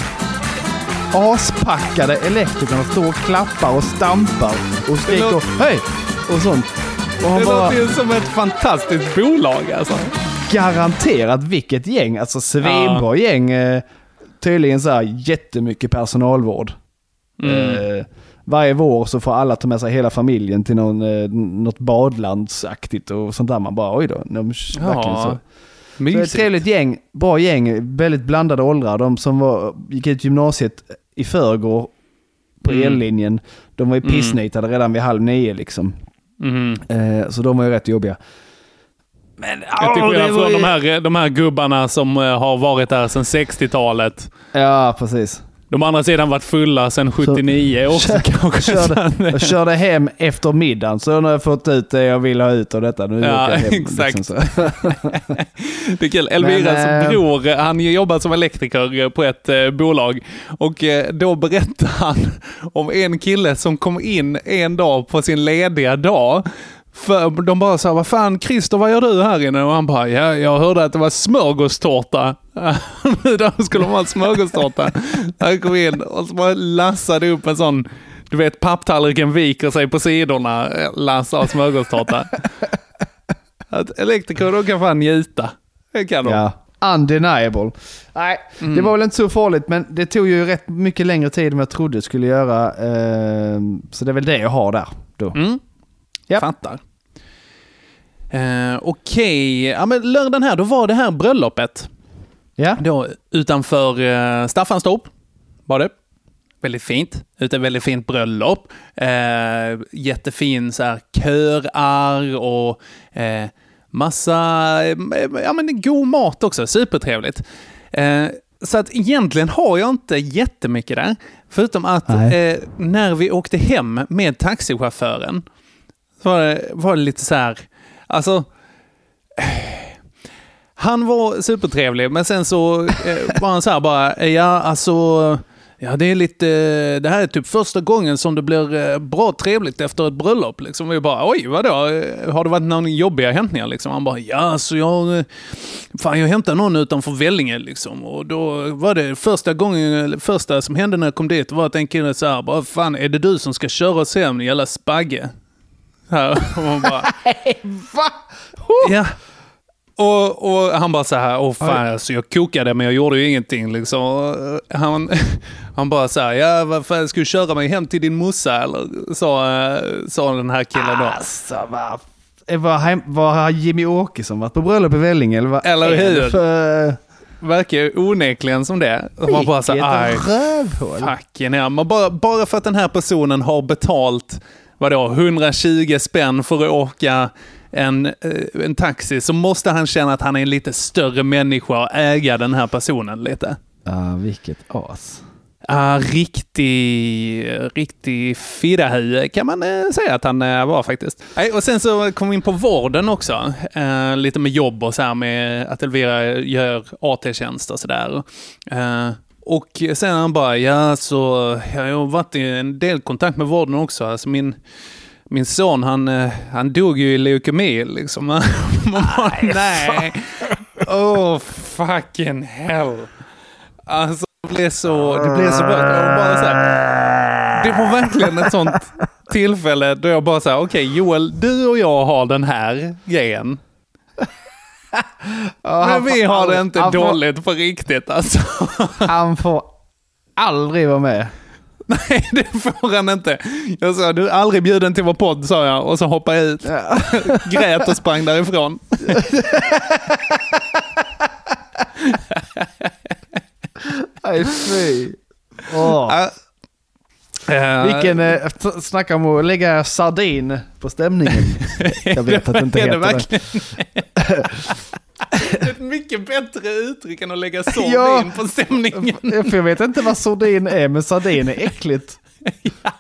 aspackade elektrikerna står och klappar och stampar och skriker låter... hej och sånt. Och han det bara... låter ju som ett fantastiskt bolag alltså. Garanterat vilket gäng, alltså svinbra ja. gäng. Tydligen så här jättemycket personalvård. Mm. Eh, varje vår så får alla ta med sig hela familjen till någon, eh, något badlandsaktigt och sånt där. Man bara oj då. De, ja. verkligen så. Så ett trevligt gäng, bra gäng, väldigt blandade åldrar. De som var, gick ut gymnasiet i förrgår på mm. ellinjen, de var ju pissnitade mm. redan vid halv nio liksom. Mm. Eh, så de var ju rätt jobbiga. Men, jag tycker jag från ju... de, här, de här gubbarna som har varit där sedan sextiotalet. Ja, precis. De andra sidan varit fulla sedan sjuttionio så, också kanske. Körde, jag körde hem efter middagen så nu har jag fått ut det jag vill ha ut av detta. Nu ja, hem, exakt. Liksom det är kul. Elviras Men, bror, han jobbar som elektriker på ett eh, bolag och eh, då berättar han om en kille som kom in en dag på sin lediga dag. För de bara sa, vad fan Christer, vad gör du här inne? Och han bara, ja, jag hörde att det var smörgåstårta. Då skulle de ha smörgåstårta. Han kom in och så bara lassade upp en sån, du vet, papptallriken viker sig på sidorna, lassa av smörgåstårta. Att elektriker, då kan fan njuta. Det kan de. Ja, undeniable. Nej, mm. det var väl inte så farligt, men det tog ju rätt mycket längre tid än jag trodde det skulle göra. Så det är väl det jag har där då. Mm. Yep. Fattar. Eh, Okej, okay. ja, men lördagen här, då var det här bröllopet. Ja. Då utanför eh, Staffanstorp var det. Väldigt fint. Ute väldigt fint bröllop. Eh, jättefin så här körar och eh, massa eh, ja, men god mat också. Supertrevligt. Eh, så att egentligen har jag inte jättemycket där. Förutom att eh, när vi åkte hem med taxichauffören var det, var det lite så här, alltså han var supertrevlig, men sen så eh, var han så här bara, ja alltså ja det är lite, det här är typ första gången som det blir bra trevligt efter ett bröllop liksom. Vi bara, oj vadå, har det varit någon jobbiga hämtningar liksom? Han bara, ja så jag fan jag hämtade någon utanför Vellinge liksom, och då var det första gången, första som hände när jag kom dit var att en kille så här, bara fan är det du som ska köra oss hem, jävla spagge? Här, och man bara, va? Ja. Och, och han bara så här, åh fan, alltså, jag kokade men jag gjorde ju ingenting liksom. Han, han bara så här, ja vad fan, ska du köra mig hem till din mussa eller? Så, sa den här killen då. Alltså, vad... Var, var Jimmy Åkesson varit på bröllop i Vellinge? Eller, vad eller hur? För... Verkar onekligen som det. Man bara så här, fucking ja. Man bara, bara för att den här personen har betalt vadå, hundratjugo spänn för att åka en, en taxi, så måste han känna att han är en lite större människa och äga den här personen lite. Ja, uh, vilket as. Uh, riktig, riktig fidahue kan man uh, säga att han uh, var faktiskt. Uh, och sen så kom vi in på vården också. Uh, lite med jobb och så här med att Elvira gör A T-tjänster och sådär. Uh, och sen han bara, ja så jag har varit i en del kontakt med vården också. Alltså min, min son, han, uh, han dog ju i leukemi liksom. Man bara, nej. Oh fucking hell. Alltså det blev så, det blev så bra. Jag bara så här, det var verkligen ett sånt tillfälle då jag bara så här, okej okay, Joel, du och jag har den här grejen. Ja, men vi har aldrig, det inte dåligt får, på riktigt alltså. Han får aldrig vara med. Nej, det får han inte. Jag sa, du är aldrig bjuden till vår podd, sa jag. Och så hoppade jag ut. Ja. Grät och sprang därifrån. Nej, fy. Oh. Uh, Vilken, uh, snacka om att lägga sardin på stämningen. Jag vet att det inte heter det. Ett mycket bättre uttryck än att lägga sardin ja, på stämningen. För jag vet inte vad sardin är, men sardin är äckligt. Ja.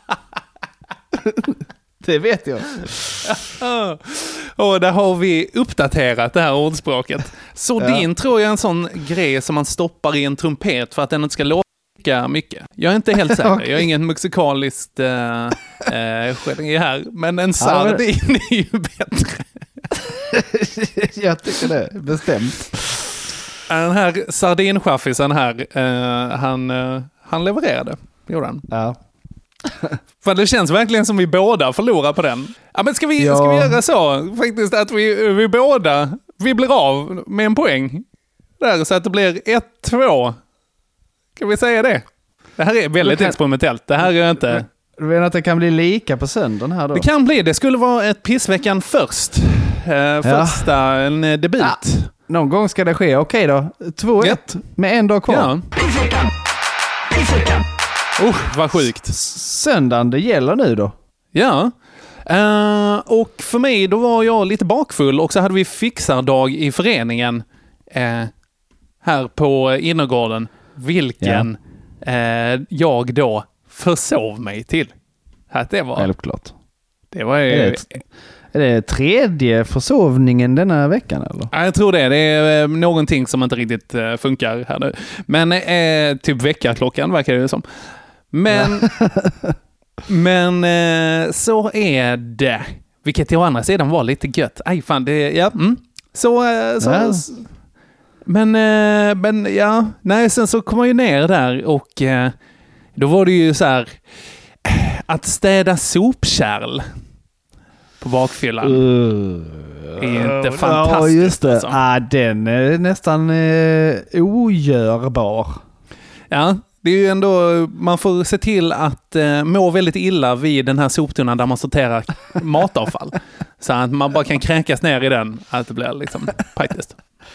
Det vet jag. Ja. Och där har vi uppdaterat det här ordspråket. Sardin ja. tror jag är en sån grej som man stoppar i en trumpet för att den inte ska låta mycket. Jag är inte helt säker. Okay. Jag är ingen musikaliskt äh, äh, geni här. Men en sardin ja, men... är ju bättre. Jag tycker det, bestämt. Den här sardinchaffisen här, uh, han, uh, han levererade, gjorde han. Ja. För det känns verkligen som vi båda förlorar på den. Ja, men ska vi, ja. ska vi göra så faktiskt att vi, vi båda, vi blir av med en poäng. Där, så att det blir ett två. Kan vi säga det? Det här är väldigt kan... experimentellt. Det här är inte... Du menar att det kan bli lika på söndagen här då? Det kan bli. Det skulle vara ett pissveckan först. Eh, första, ja. en debut. Ja. Någon gång ska det ske. Okej då. två ett ja. med en dag kvar. Ja. Pissveckan! Pissveckan! Oh, vad sjukt. Söndagen, det gäller nu då? Ja. Uh, och för mig då var jag lite bakfull och så hade vi fixardag i föreningen uh, här på innergården. Vilken ja. uh, jag då försov mig till. Att det var... Självklart. Det var ju... Är det, är det tredje försovningen denna veckan eller? Ja, jag tror det. Det är uh, någonting som inte riktigt uh, funkar här nu. Men uh, typ väckarklockan verkar det som. Men, men eh, så är det. Vilket å andra sidan var lite gött. Aj fan, det, ja. Mm. Så, eh, så, ja. så men, eh, men ja, nej, sen så kom jag ju ner där och eh, då var det ju så här att städa sopkärl på bakfyllan. Uh, är inte fantastiskt. Ja, just det. Alltså. Ah, den är nästan eh, ogörbar. Ja. Det är ju ändå, man får se till att eh, må väldigt illa vid den här soptunnan där man sorterar matavfall. Så att man bara kan kränkas ner i den, att det blir liksom praktiskt.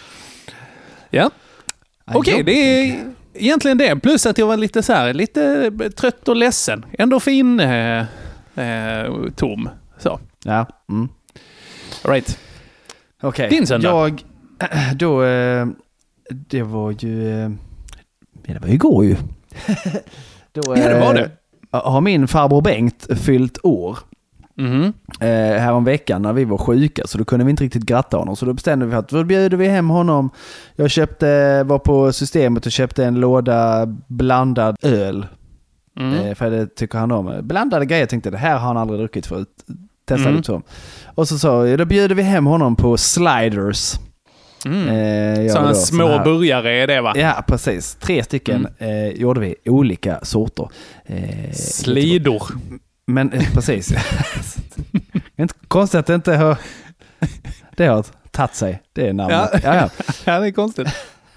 Ja. Okej, okay, det är egentligen det. Plus att jag var lite så här, lite trött och ledsen. Ändå fin eh, eh, tom. Så. Ja. Mm. All right. Okej. Okay. Din söndag. Jag, då, eh, det var ju... Eh, det var ju igår ju. Då, ja, det var det. Äh, har min farbror Bengt fyllt år. Mm. Äh, här om veckan när vi var sjuka, så då kunde vi inte riktigt gratta honom. Så då bestämde vi att då bjöd vi hem honom. Jag köpte, var på systemet och köpte en låda blandad öl. Mm. Äh, för det tycker han om. Blandade grejer, tänkte det här har han aldrig druckit förut. Testade mm. så. Och så sa då bjöd vi hem honom på sliders. Mm. Eh, så en små burgare är det, va? Ja, precis. Tre stycken mm. eh, gjorde vi olika sorter. Eh, Slidor. Men eh, precis. Det är inte konstigt att det inte har... Det har tagit sig. Det är namnet. Ja, ja, ja. ja det är konstigt.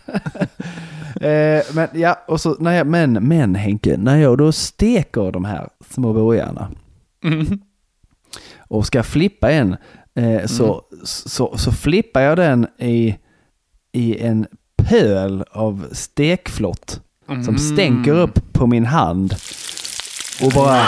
eh, men ja, och så, när jag, men, men Henke, när jag då steker de här små bojarna Mm. och ska flippa en, eh, så, Mm. så, så flippar jag den i, i en pöl av stekflott Mm. som stänker upp på min hand och bara...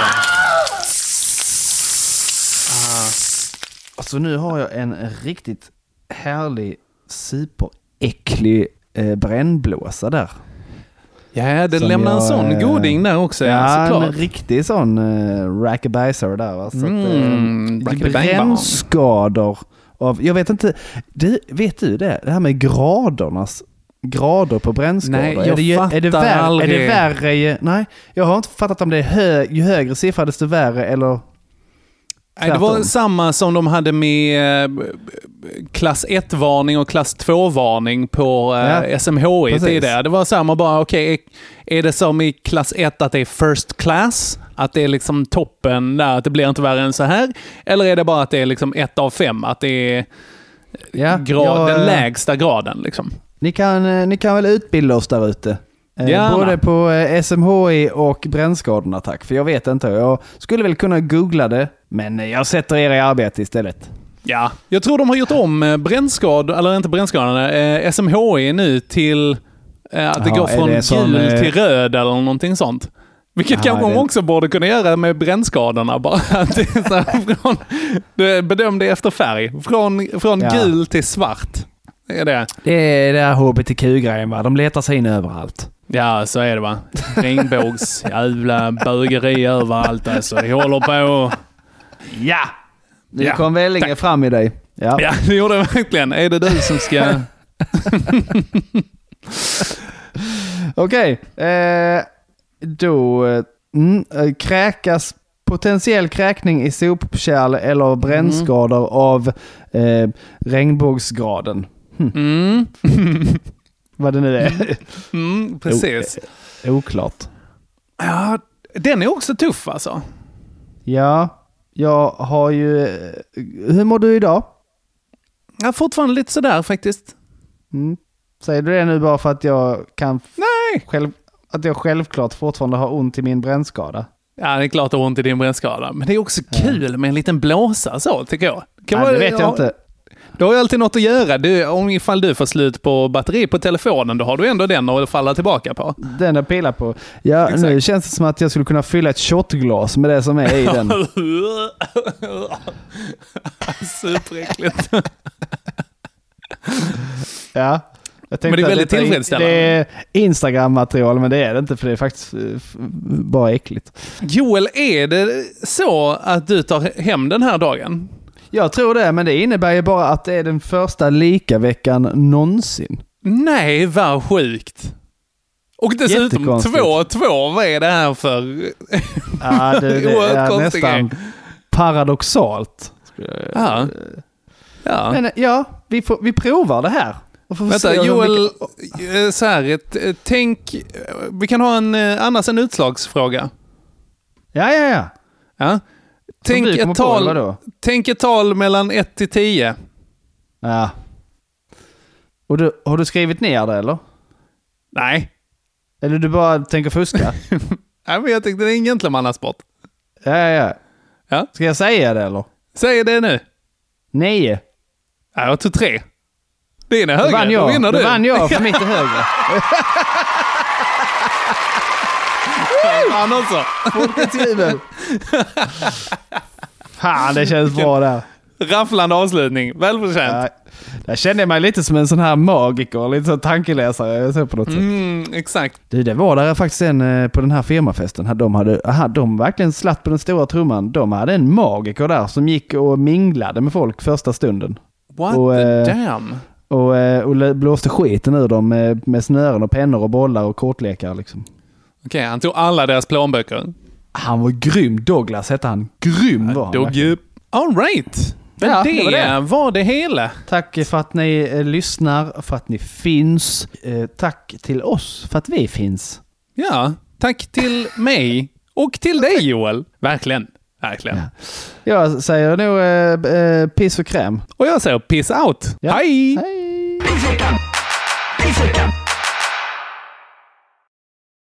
Så nu har jag en riktigt härlig, superäcklig eh, brännblåsa där. Ja, den Som lämnar en jag, sån eh, goding där också. Ja, Ja, såklart. en riktig sån uh, rackabajsare där. Va? Så Mm, att, eh, rackabang-bang. brännskador av, jag vet inte, du, vet du det? Det här med gradernas grader på brännskador. Nej, jag är det, ju- fattar är det värre, aldrig. Är det värre? ju- Nej, jag har inte fattat om det är hö, ju högre siffra desto värre eller... Nej, det var tvärtom. samma som de hade med eh, klass ett-varning och klass två-varning på eh, Ja, S M H I precis. tidigare. Det var samma bara, okej, okay, är det som i klass ett att det är first class? Att det är liksom toppen där, att det blir inte värre än så här? Eller är det bara att det är liksom ett av fem? Att det är Ja, grad, jag, den eh, lägsta graden liksom? Ni kan, eh, ni kan väl utbilda oss där ute. Eh, Gärna. Både på eh, S M H I och brännskadorna, tack. För jag vet inte. Jag skulle väl kunna googla det, men eh, jag sätter er i arbete istället. Ja, jag tror de har gjort om eh, brännskador, eller inte brännskadorna, eh, S M H I nu till eh, att det Jaha, går är från det som, gul eh, till röd eller någonting sånt. Vilket Jaha, kanske de det- också borde kunna göra med brännskadorna. Bara att det är så här, från, det bedöm det efter färg. Från, från Ja. gul till svart. Det är det. Det är det här H B T Q-grejen, va? De letar sig in överallt. Ja, så är det va. Regnbågs jävla bögeri överallt alltså. Det håller på. Ja! Du Ja, kom väl längre fram i dig. Ja. Ja, det gjorde det verkligen. Är det du som ska... Okej. Eh, då... eh, Mm, eh, kräkas potentiell kräkning i sopkärl eller brännskador Mm. av eh, regnbågsgraden. Hm. Mm. Vad det nu är. Mm, precis. O- oklart. Ja, den är också tuff alltså. Ja, jag har ju... Hur mår du idag? Jag är fortfarande lite sådär faktiskt. Mm. Säger du det nu bara för att jag kan... Nej! Själv, att jag självklart fortfarande har ont i min brännskada? Ja, det är klart att ont i din brännskada. Men det är också kul med en liten blåsa så, tycker jag. Kan Nej, vara- det vet jag ja, inte. Du har ju alltid något att göra. Du, om ifall du får slut på batteri på telefonen, då har du ändå den att falla tillbaka på. Den att pilla på. Ja, Exakt. nu känns det som att jag skulle kunna fylla ett shotglas med det som är i den. Superäckligt. Ja. Jag tänkte Men det är att väldigt detta tillfredsställande. Det är Instagram-material, men det är det inte, för det är faktiskt eh, f- bara äckligt. Joel, är det så att du tar hem den här dagen? Jag tror det, men det innebär ju bara att det är den första lika veckan någonsin. Nej, vad sjukt. Och dessutom Jättekonstigt. två två, vad är det här för... Ja, det, det Oerhört är konstig nästan grej. paradoxalt. Ja. Ja. Men ja, vi, får, vi provar det här. Och får se Vänta, hur Joel, mycket- eh, så här, ett, eh, tänk, eh, vi kan ha en, eh, annars en utslagsfråga. Ja, ja, ja. Ja. Som Tänk du kommer ett, på, tal, eller vadå? tänk ett tal mellan ett till tio. Ja. Och du, har du skrivit ner det, eller? Nej. Eller du bara tänker fuska? Nej, men jag tänkte det är en gentlemannasport. Ja, ja, ja. Ja. Ska jag säga det, eller? Säg det nu. Nio. Ja, jag tog tre. Det är Då högre, vann då jag. vinner Då du. vann jag, för mitt är högre. Fan också. Folkets jubel. Fan, det känns bra där. Rafflande avslutning. Välförtjänt. Ja, där kände jag mig lite som en sån här magiker, lite sån tankeläsare. Jag ser på något sätt. Mm, exakt. Du, det var där faktiskt en eh, på den här firmafesten. De hade, aha, de verkligen slatt på den stora trumman. De hade en magiker där som gick och minglade med folk första stunden. What Och, the eh, damn? Och, eh, och lä- blåste skiten ur dem med, med snören och pennor och bollar och kortlekar liksom. Okej, han tog alla deras plånböcker. Han var grym. Douglas hette han. Grym var han. Dog verkligen. ju... All right. Men Ja, det, det var det. var det hela. Tack för att ni eh, lyssnar, för att ni finns. Eh, tack till oss för att vi finns. Ja, tack till mig och till dig Joel. Verkligen. Verkligen. Ja. Jag säger nog eh, eh, piss och kräm. Och jag säger piss out. Ja. Hej! Hej! Pissveckan!